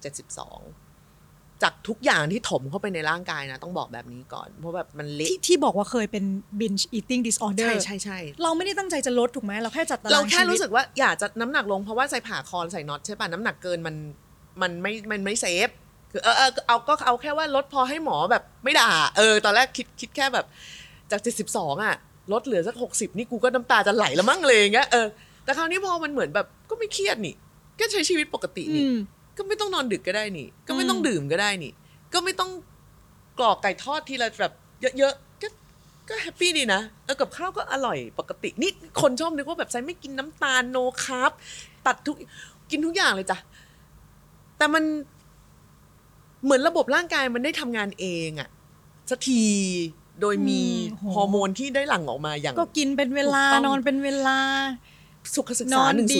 72จากทุกอย่างที่ถมเข้าไปในร่างกายนะต้องบอกแบบนี้ก่อนเพราะแบบมันเละที่บอกว่าเคยเป็น binge eating disorder ใช่เราไม่ได้ตั้งใจจะลดถูกไหมเราแค่จัดตารางเราแค่ชีวิตรู้สึกว่าอยากจะน้ำหนักลงเพราะว่าใส่ผ่าคอใส่น็อตใช่ป่ะน้ำหนักเกินมันไม่เซฟคือเอาแค่ว่าลดพอให้หมอแบบไม่ด่าตอนแรกคิดแค่แบบจาก72อ่ะลดเหลือสัก60นี่กูก็น้ำตาจะไหลแล้วมั้งเลยอย่างเงี้ยแต่คราวนี้พอมันเหมือนแบบก็ไม่เครียดนี่ก็ใช้ชีวิตปกตินี่ก็ไม่ต้องนอนดึกก็ได้นี่ก็ไม่ต้องดื่มก็ได้นี่ก็ไม่ต้องกรอกไก่ทอดทีละแบบเยอะๆก็แฮปปี้ดีนะกับข้าวก็อร่อยปกตินี่คนชอบนึกว่าแบบไซไม่กินน้ำตาลโนคาร์บตัดกินทุกอย่างเลยจ้ะแต่มันเหมือนระบบร่างกายมันได้ทำงานเองอะสักทีโดยมีฮอร์โมนที่ได้หลั่งออกมาอย่างก็กินเป็นเวลาถูกต้องนอนเป็นเวลาสุขศึกษานอนดี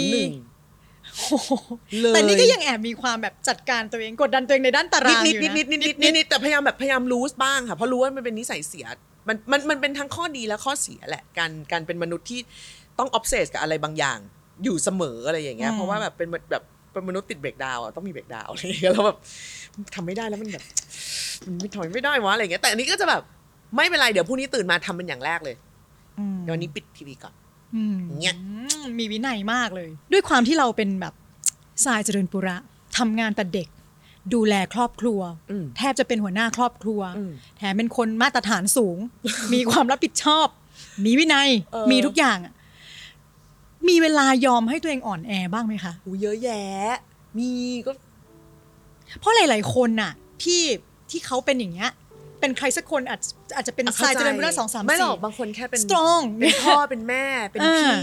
101เลยแต่นี่ก็ยังแอบมีความแบบจัดการตัวเองกดดันตัวเองในด้านตารางอยู่นะนิดแต่พยายามรู้บ้างค่ะเพราะรู้ว่ามันเป็นนิสัยเสียมันเป็นทั้งข้อดีและข้อเสียแหละการเป็นมนุษย์ที่ต้องออฟเซสกับอะไรบางอย่างอยู่เสมออะไรอย่างเงี้ยเพราะว่าแบบเป็นมนุษย์ติดเบรกดาวน์ต้องมีเบรกดาวน์อะไรอย่างเงี้ยแล้วแบบทำไม่ได้แล้วมันแบบมันไม่ถอยไม่ได้วะอะไรอย่างเงี้ยแต่อันนี้ก็จะแบบไม่เป็นไรเดี๋ยวพรุ่งนี้ตื่นมาทำเป็นอย่างแรกเลยเดี๋ยววันนี้ปิดทีวีก่อนเงี้ยมีวินัยมากเลย ด้วยความที่เราเป็นแบบทรายเจริญปุระทำงานแต่เด็กดูแลครอบครัวแทบจะเป็นหัวหน้าครอบครัวแถมเป็นคนมาตรฐานสูง มีความรับผิดชอบ มีวินัยมีทุกอย่างอะมีเวลายอมให้ตัวเองอ่อนแอบ้างไหมคะเยอะแยะมีก็เพราะหลายๆคนน่ะที่เขาเป็นอย่างเงี้ยเป็นใครสักคนอาจจะเป็นทรายเจริญปุระ2 3 4 ไม่หรอกบางคนแค่เป็น strong เป็นพ่อเป็นแม่เป็นพี่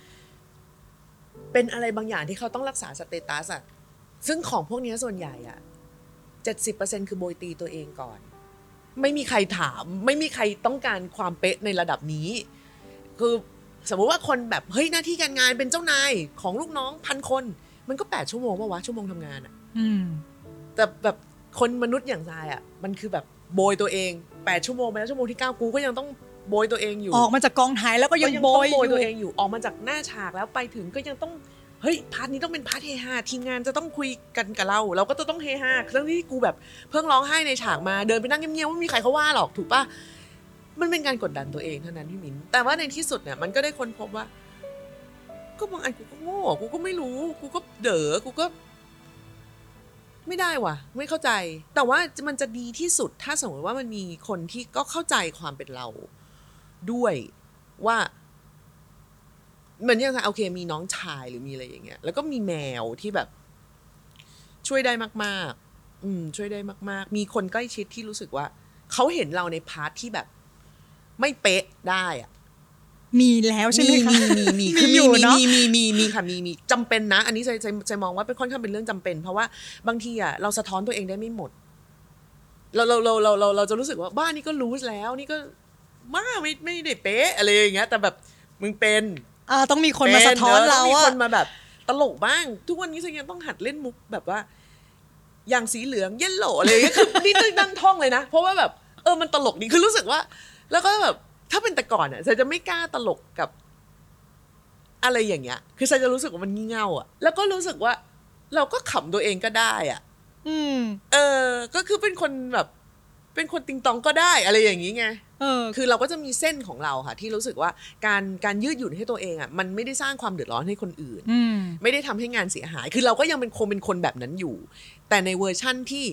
เป็นอะไรบางอย่างที่เขาต้องรักษาสเตตัสอะซึ่งของพวกนี้ส่วนใหญ่อะ 70% คือโบยตีตัวเองก่อนไม่มีใครถามไม่มีใครต้องการความเป๊ะในระดับนี้คือสมมติว่าคนแบบเฮ้ยหน้าที่การงานเป็นเจ้านายของลูกน้อง1,000 คนมันก็8 ชั่วโมงป่ะวะชั่วโมงทำงานอะแต่แบบคนมนุษย์อย่างทรายอะมันคือแบบโบยตัวเอง8 ชั่วโมงไปแล้วชั่วโมงที่9กูก็ยังต้องโบยตัวเองอยู่ออกมาจากกองถ่ายแล้วก็ยังโบยตัวเองอยู่ออกมาจากหน้าฉากแล้วไปถึงก็ยังต้องเฮ้ยพาร์ทนี้ต้องเป็นพาร์ทเฮฮาทีมงานจะต้องคุยกันกับเราก็จะต้องเฮฮาทั้งที่กูแบบเพิ่งร้องไห้ในฉากมาเดินไปนั่งเงียบๆไม่มีใครเขาว่าหรอกถูกป่ะมันเป็นการกดดันตัวเองเท่านั้นพี่มิ้นแต่ว่าในที่สุดเนี่ยมันก็ได้ค้นพบว่าก็บางอันกูก็โง่กูก็ไม่รู้กูก็เด๋อกูก็ไม่ได้ว่ะไม่เข้าใจแต่ว่ามันจะดีที่สุดถ้าสมมติว่ามันมีคนที่ก็เข้าใจความเป็นเราด้วยว่าเหมือนอย่างโอเคมีน้องชายหรือมีอะไรอย่างเงี้ยแล้วก็มีแมวที่แบบช่วยได้มากๆช่วยได้มากๆมีคนใกล้ชิดที่รู้สึกว่าเขาเห็นเราในพาร์ทที่แบบไม่เป๊ะได้อะมีแล้วใช่ไหมคะมีคือมีค่ะมีจำเป็นนะอันนี้ใจมองว่าเป็นค่อนข้างเป็นเรื่องจำเป็นเพราะว่าบางทีอ่ะเราสะท้อนตัวเองได้ไม่หมดเราจะรู้สึกว่าบ้านนี้ก็รู้แล้วนี่ก็ไม่ได้เป๊ะอะไรอย่างเงี้ยแต่แบบมึงเป็นต้องมีคนมาสะท้อนเราต้องมีคนมาแบบตลกบ้างทุกวันนี้ฉันยังต้องหัดเล่นมุกแบบว่าอย่างสีเหลืองเยลโล่อะไรอย่างเงี้ยคือนี่ตั้งท่องเลยนะเพราะว่าแบบมันตลกดีคือรู้สึกว่าแล้วก็แบบถ้าเป็นแต่ก่อนอ่ะฉันจะไม่กล้าตลกกับอะไรอย่างเงี้ยคือฉันจะรู้สึกว่ามันงี่เง่าอ่ะแล้วก็รู้สึกว่าเราก็ขำตัวเองก็ได้อ่ะก็คือเป็นคนแบบเป็นคนติงตองก็ได้อะไรอย่างงี้ไงคือเราก็จะมีเส้นของเราค่ะที่รู้สึกว่าการยืดหยุ่นให้ตัวเองอ่ะมันไม่ได้สร้างความเดือดร้อนให้คนอื่นไม่ได้ทำให้งานเสียหายคือเราก็ยังเป็นคนแบบนั้นอยู่แต่ในเวอร์ชั่นที่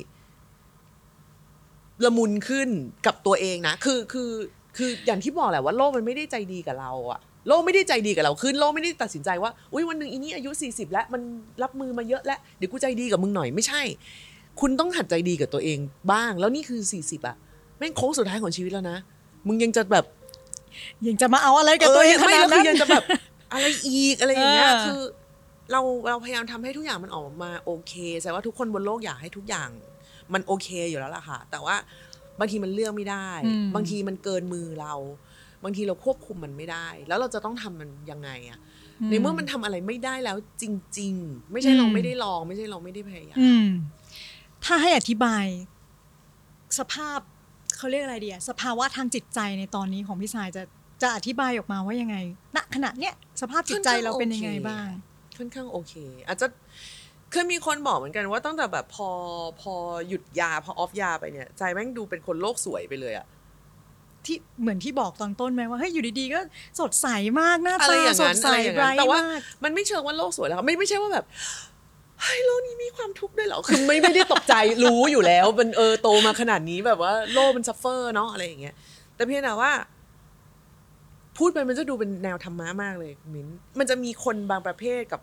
ละมุนขึ้นกับตัวเองนะคืออย่างที่บอกแหละว่าโลกมันไม่ได้ใจดีกับเราอะโลกไม่ได้ใจดีกับเราขึ้นโลกไม่ได้ตัดสินใจว่าอุ๊ยวันนึงอีนี่อายุ40แล้วมันรับมือมาเยอะแล้วเดี๋ยวกูใจดีกับมึงหน่อยไม่ใช่คุณต้องหัดใจดีกับตัวเองบ้างแล้วนี่คือ40อะแม่งโค้งสุดท้ายของชีวิตแล้วนะมึงยังจะแบบยังจะมาเอาอะไรกับตัวเองขนาดนั้นยังจะแบบอะไรอีกอะไรอย่างเงี้ยคือเราพยายามทำให้ทุกอย่างมันออกมาโอเคแสดงว่าทุกคนบนโลกอยากให้ทุกอย่างมันโอเคอยู่แล้วล่ะค่ะแต่ว่าบางทีมันเลือกไม่ได้บางทีมันเกินมือเราบางทีเราควบคุมมันไม่ได้แล้วเราจะต้องทำมันยังไงอะในเมื่อมันทำอะไรไม่ได้แล้วจริงๆไม่ใช่เราไม่ได้ลองไม่ใช่เราไม่ได้พยายามถ้าให้อธิบายสภาพเขาเรียกอะไรดีอะสภาวะทางจิตใจในตอนนี้ของพี่สายจะอธิบายออกมาว่ายังไงณขณะเนี้ยสภาพจิตใจเราเป็นยังไงบ้างค่อนข้างโอเคอาจจะเคยมีคนบอกเหมือนกันว่าตั้งแต่แบบพอหยุดยาพอออฟยาไปเนี่ยใจแม่งดูเป็นคนโลกสวยไปเลยอะที่เหมือนที่บอกตอนต้นไหมว่าเฮ้ยอยู่ดีๆก็สดใสมากหน้าอะไรตาอย่างสนั้ดนใสอะไรอย่างไบรนั้นท์แต่ว่ามากมันไม่เชิงว่าโลกสวยแล้วค่ะไม่ใช่ว่าแบบเฮ้ยโลกนี้มีความทุกข์ด้วยเหรอคือไม่ได้ตกใจรู้อยู่แล้วมันโตมาขนาดนี้แบบว่าโลกมันซัฟเฟอร์เนาะอะไรอย่างเงี้ยแต่เพียงแต่ว่าพูดไปมันจะดูเป็นแนวธรรมะมากเลยมิ้นมันจะมีคนบางประเภทกั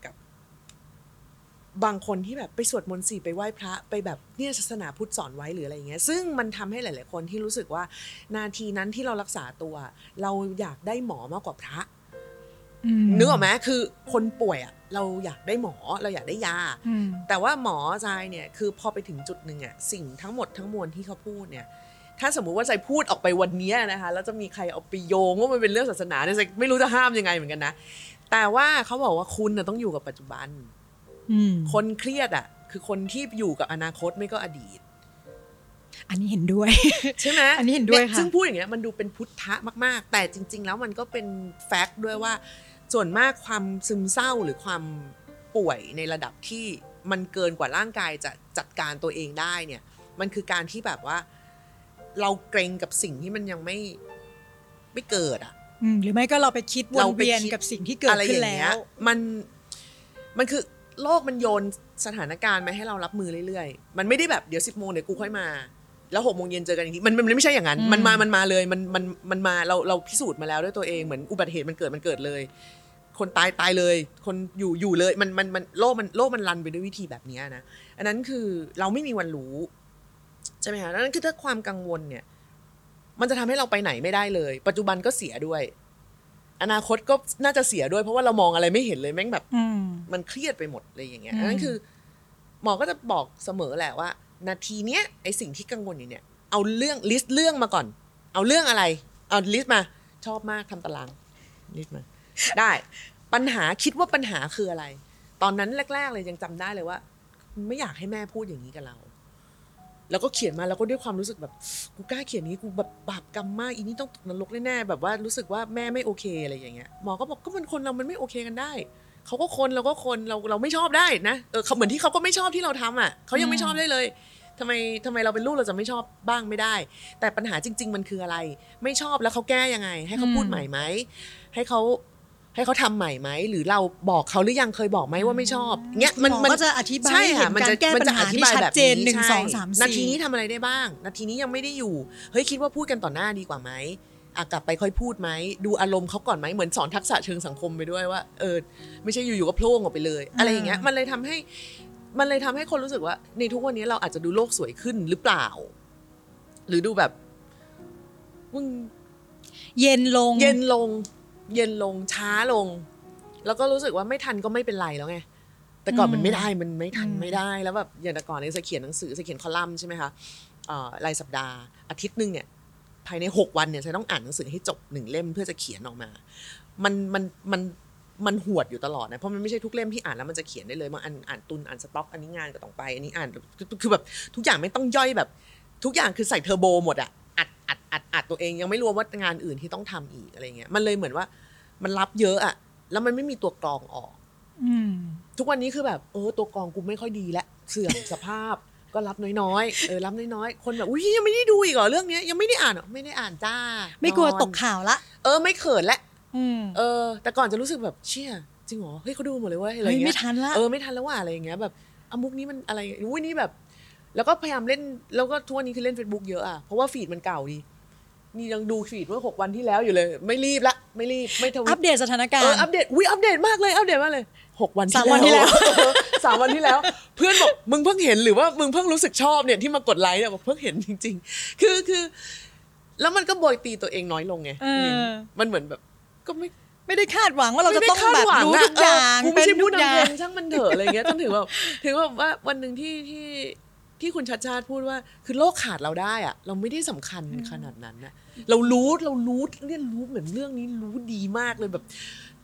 บบางคนที่แบบไปสวดมนต์ไปไหว้พระไปแบบเนี่ยศาสนาพุทธสอนไว้หรืออะไรอย่างเงี้ยซึ่งมันทำให้หลายๆคนที่รู้สึกว่านาทีนั้นที่เรารักษาตัวเราอยากได้หมอมากกว่าพระนึกออกไหมคือคนป่วยอ่ะเราอยากได้หมอเราอยากได้ยาแต่ว่าหมอใจเนี่ยคือพอไปถึงจุดหนึ่งอ่ะสิ่งทั้งหมดทั้งมวลที่เขาพูดเนี่ยถ้าสมมุติว่าใจพูดออกไปวันนี้นะคะแล้วจะมีใครเอาไปโยงว่ามันเป็นเรื่องศาสนาเนี่ยใจไม่รู้จะห้ามยังไงเหมือนกันนะแต่ว่าเขาบอกว่าคุณน่ะต้องอยู่กับปัจจุบันคนเครียดอ่ะคือคนที่อยู่กับอนาคตไม่ก็อดีตอันนี้เห็นด้วยใช่ไหมอันนี้เห็นด้วยค่ะซึ่งพูดอย่างเงี้ยมันดูเป็นพุทธะมากๆแต่จริงๆแล้วมันก็เป็นแฟกต์ด้วยว่าส่วนมากความซึมเศร้าหรือความป่วยในระดับที่มันเกินกว่าร่างกายจะจัดการตัวเองได้เนี่ยมันคือการที่แบบว่าเราเกรงกับสิ่งที่มันยังไม่เกิดอ่ะหรือไม่ก็เราไปคิดวนเวียนกับสิ่งที่เกิดขึ้นแล้วมันคือโลกมันโยนสถานการณ์มาให้เรารับมือเรื่อยๆมันไม่ได้แบบเดี๋ยว 10 โมงเดี๋ยวกูค่อยมาแล้ว6 โมงเย็นเจอกันอีกทีมันไม่ใช่อย่างนั้นมันมาเลยมันมาเราพิสูจน์มาแล้วด้วยตัวเองเหมือนอุบัติเหตุมันเกิดเลยคนตายเลยคนอยู่เลยมันโลกมันรันไปด้วยวิธีแบบนี้นะอันนั้นคือเราไม่มีวันรู้ใช่ไหมคะนั่นคือถ้าความกังวลเนี่ยมันจะทำให้เราไปไหนไม่ได้เลยปัจจุบันก็เสียด้วยอนาคตก็น่าจะเสียด้วยเพราะว่าเรามองอะไรไม่เห็นเลยแม่งแบบมันเครียดไปหมดเลยอย่างเงี้ยนั่นคือหมอก็จะบอกเสมอแหละว่านาทีเนี้ยไอสิ่งที่กังวลอยู่เนี่ยเอาเรื่องลิสต์เรื่องมาก่อนเอาเรื่องอะไรเอาลิสต์มาชอบมากทำตารางลิสต์มาได้ปัญหาคิดว่าปัญหาคืออะไรตอนนั้นแรกๆเลยยังจำได้เลยว่าไม่อยากให้แม่พูดอย่างนี้กับเราแล้วก็เขียนมาแล้วก็ด้วยความรู้สึกแบบกูกล้าเขียนนี้กูแบบบาปกรรมมากอีนี่ต้องตกนรกแน่ๆแบบว่ารู้สึกว่าแม่ไม่โอเคอะไรอย่างเงี้ยหมอก็บอกก็มันคนเรามันไม่โอเคกันได้เขาก็คนเราก็คนเราไม่ชอบได้นะเขาเหมือนที่เขาก็ไม่ชอบที่เราทำอ่ะเขายังไม่ชอบได้เลยทำไมเราเป็นลูกเราจะไม่ชอบบ้างไม่ได้แต่ปัญหาจริงๆมันคืออะไรไม่ชอบแล้วเขาแก้ยังไงให้เขาพูดใหม่ไหมให้เขาทำใหม่ไหมหรือเราบอกเขาหรือยังเคยบอกไหมว่าไม่ชอบเงี้ยมันก็จะอธิบายเห็นการแก้ปัญหาที่ชัดเจน1 2 3 4 นาทีนี้ทำอะไรได้บ้างนาทีนี้ยังไม่ได้อยู่เฮ้ยคิดว่าพูดกันต่อหน้าดีกว่าไหมกลับไปค่อยพูดไหมดูอารมณ์เขาก่อนไหมเหมือนสอนทักษะเชิงสังคมไปด้วยว่าไม่ใช่อยู่ๆก็โผล่ออกไปเลยอะไรอย่างเงี้ยมันเลยทำให้คนรู้สึกว่าในทุกวันนี้เราอาจจะดูโลกสวยขึ้นหรือเปล่าหรือดูแบบเย็นลงช้าลงแล้วก็รู้สึกว่าไม่ทันก็ไม่เป็นไรแล้วไงแต่ก่อนมันไม่ได้มันไม่ทันไม่ได้แล้วแบบอย่างแต่ก่อนเนี่ยจะเขียนหนังสือจะเขียนคอลัมน์ใช่ไหมคะรายสัปดาห์อาทิตย์นึงเนี่ยภายใน6 วันเนี่ยจะต้องอ่านหนังสือให้จบ1 เล่มเพื่อจะเขียนออกมามันหวดอยู่ตลอดนะเพราะมันไม่ใช่ทุกเล่มที่อ่านแล้วมันจะเขียนได้เลยบางอ่านตุนอ่านสต็อกอันนี้งานก็ต้องไปอันนี้อ่านคือแบบทุกอย่างไม่ต้องย่อยแบบทุกอย่างคือใส่เทอร์โบหมดอะอัดตัวเองยังไม่รวมว่างานอื่นที่ต้องทำอีกอะไรเงี้ยมันเลยเหมือนว่ามันรับเยอะอะแล้วมันไม่มีตัวกรองออกทุกวันนี้คือแบบตัวกรองกูไม่ค่อยดีแล้วเสื่อมสภาพก็รับน้อยๆรับน้อยๆคนแบบอุ้ยยังไม่ได้ดูอีกเหรอเรื่องนี้ยังไม่ได้อ่านไม่ได้อ่านจ้าไม่กลัวตกข่าวละไม่เขินละแต่ก่อนจะรู้สึกแบบเชี่ยจริงเหรอเฮ้ยเขาดูหมดเลยเว้ยอะไรเงี้ยไม่ทันละไม่ทันแล้วว่ะอะไรอย่างเงี้ยแบบมุกนี้มันอะไรอุ้ยนี่แบบแล้วก็พยายามเล่นแล้วก็ทุกวันนี้คือเล่น Facebook เยอะอ่ะเพราะว่าฟีดมันเก่าดีนี่ยังดูฟีดเมื่อ6 วันที่แล้วอยู่เลยไม่รีบไม่ทวิตอัปเดตสถานการณ์อัปเดตมากเลย6 วันที่แล้ว3 วันที่แล้วเพื่อนบอกมึงเพิ่งเห็นหรือว่ามึงเพิ่งรู้สึกชอบเนี่ยที่มากดไลค์เนี่ยบอกเพิ่งเห็นจริงๆคือแล้วมันก็โบยตีตัวเองน้อยลงไงมันเหมือนแบบก็ไม่ได้คาดหวังว่าเราจะต้องแบบรู้ทุกอย่างกูไม่ใช่ผู้นำเพลงช่างมันเถอะอะไรเงี้ยจนถึงว่าวันนึงที่คุณชัดชาติพูดว่าคือโลกขาดเราได้อะเราไม่ได้สำคัญขนาดนั้นนะเรารู้เรียนรู้เหมือนเรื่องนี้รู้ดีมากเลยแบบ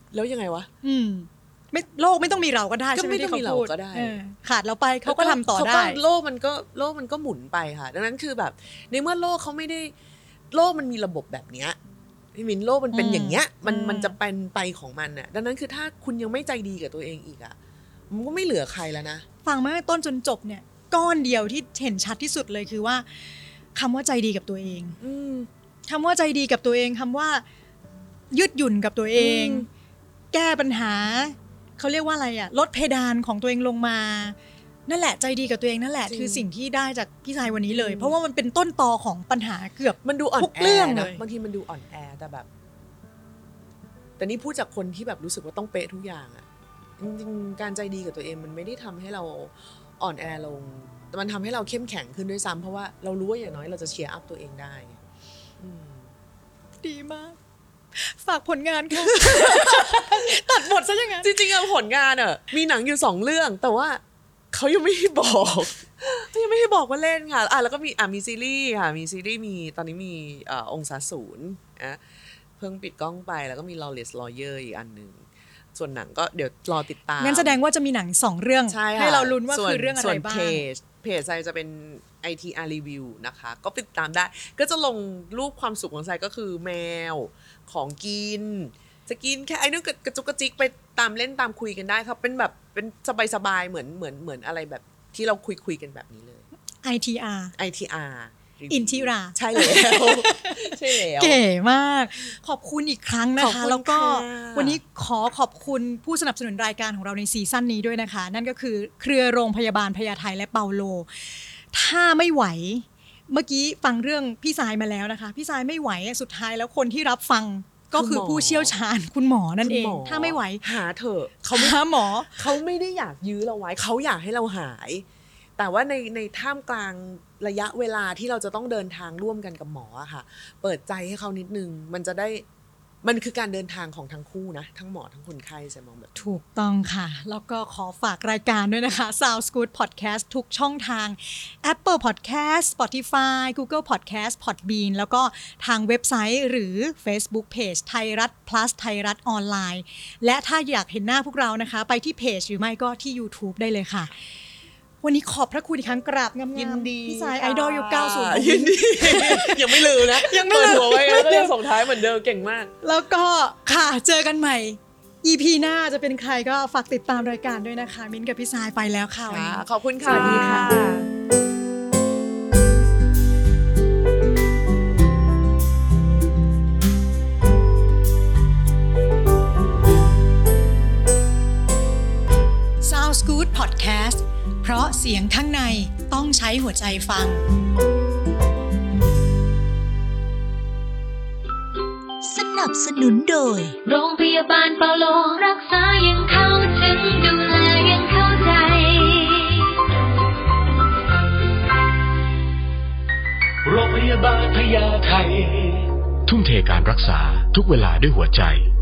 แล้วยังไงวะไม่โลกไม่ต้องมีเราก็ได้ใช่ไหมที่เขาพูดขาดเราไปเขาก็ทำต่อได้โลกมันก็หมุนไปค่ะดังนั้นคือแบบในเมื่อโลกเขาไม่ได้โลกมันมีระบบแบบเนี้ยพี่มินโลกมันเป็นอย่างเงี้ยมันจะเป็นไปของมันน่ะดังนั้นคือถ้าคุณยังไม่ใจดีกับตัวเองอีกอ่ะมันก็ไม่เหลือใครแล้วนะฟังมาต้นจนจบเนี่ยก้อนเดียวที่เห็นชัดที่สุดเลยคือว่าคำว่าใจดีกับตัวเองคำว่าใจดีกับตัวเองคำว่ายืดหยุ่นกับตัวเองแก้ปัญหาเขาเรียกว่าอะไรอ่ะลดเพดานของตัวเองลงมานั่นแหละใจดีกับตัวเองนั่นแหละคือสิ่งที่ได้จากพี่ชายวันนี้เลยเพราะว่ามันเป็นต้นตอของปัญหาเกือบมันดูอ่อนทุกเรื่องนะบางทีมันดูอ่อนแอแต่แบบแต่นี่พูดจากคนที่แบบรู้สึกว่าต้องเป๊ะทุกอย่างอ่ะจริงๆการใจดีกับตัวเองมันไม่ได้ทำให้เราอ่อนแอลงแต่มันทำให้เราเข้มแข็งขึ้นด้วยซ้ำเพราะว่าเรารู้ว่าอย่างน้อยเราจะเชียร์อัพตัวเองได้ดีมากฝากผลงานค่ะ ตัดบทซะยังไงจริงๆผลงานอ่ะมีหนังอยู่2เรื่องแต่ว่าเขายังไม่ให้บอกยังไม่ให้บอกว่าเล่นค่ะแล้วก็มีซีรีส์ค่ะมีซีรีส์มีตอนนี้มีองศาศูนย์เพิ่งปิดกล้องไปแล้วก็มี Lawless Lawyer อีกอันนึงส่วนหนังก็เดี๋ยวรอติดตามงั้นแสดงว่าจะมีหนัง2เรื่องให้เราลุ้นว่าคือเรื่องอะไรบ้างส่วนเพจไซจะเป็น ITR Review นะคะก็ติดตามได้ก็จะลงรูปความสุขของไซก็คือแมวของกินจะกินแค่ไอ้นู่นกระจุกกระจิกไปตามเล่นตามคุยกันได้ครับเป็นแบบเป็นสบายๆเหมือนอะไรแบบที่เราคุยกันแบบนี้เลย ITR อินทิราใช่แล้วใช่แล้วเก๋มากขอบคุณอีกครั้งนะคะแล้วก็วันนี้ขอบคุณผู้สนับสนุนรายการของเราในซีซั่นนี้ด้วยนะคะนั่นก็คือเครือโรงพยาบาลพญาไทและเปาโลถ้าไม่ไหวเมื่อกี้ฟังเรื่องพี่สายมาแล้วนะคะพี่สายไม่ไหวสุดท้ายแล้วคนที่รับฟังก็คือผู้เชี่ยวชาญคุณหมอนั่นเองถ้าไม่ไหวหาเถอะเขาหาหมอเขาไม่ได้อยากยื้อเราไว้เขาอยากให้เราหายแต่ว่าในท่ามกลางระยะเวลาที่เราจะต้องเดินทางร่วมกันกับหมออะค่ะเปิดใจให้เขานิดนึงมันคือการเดินทางของทั้งคู่นะทั้งหมอทั้งคนไข้จะมองแบบถูกต้องค่ะแล้วก็ขอฝากรายการด้วยนะคะ Sounds Good Podcast ทุกช่องทาง Apple Podcast Spotify Google Podcast Podbean แล้วก็ทางเว็บไซต์หรือ Facebook Page ไทยรัฐ plus ไทยรัฐออนไลน์และถ้าอยากเห็นหน้าพวกเรานะคะไปที่เพจหรือไม่ก็ที่ YouTube ได้เลยค่ะวันนี้ขอบพระคุณอีกครั้งกราบงามๆยินดีพี่สายไอดอลยุค90 ยินดียังไม่ลืมนะยังไม่ลืมเปิดหัวไว้ก็ยังส่งท้ายเหมือนเดิมเก่งมากแล้วก็ค่ะเจอกันใหม่ EP หน้าจะเป็นใครก็ฝากติดตามรายการด้วยนะคะมิ้นกับพี่สายไปแล้วค่ะวันนี้ขอบคุณค่ะสวัสดีค่ะSounds Good Podcast เพราะเสียงข้างในต้องใช้หัวใจฟังสนับสนุนโดยโรงพยาบาลเปาโลรักษายังเข้าถึงดูแลยังเข้าใจโรงพยาบาลพญาไททุ่มเทการรักษาทุกเวลาด้วยหัวใจ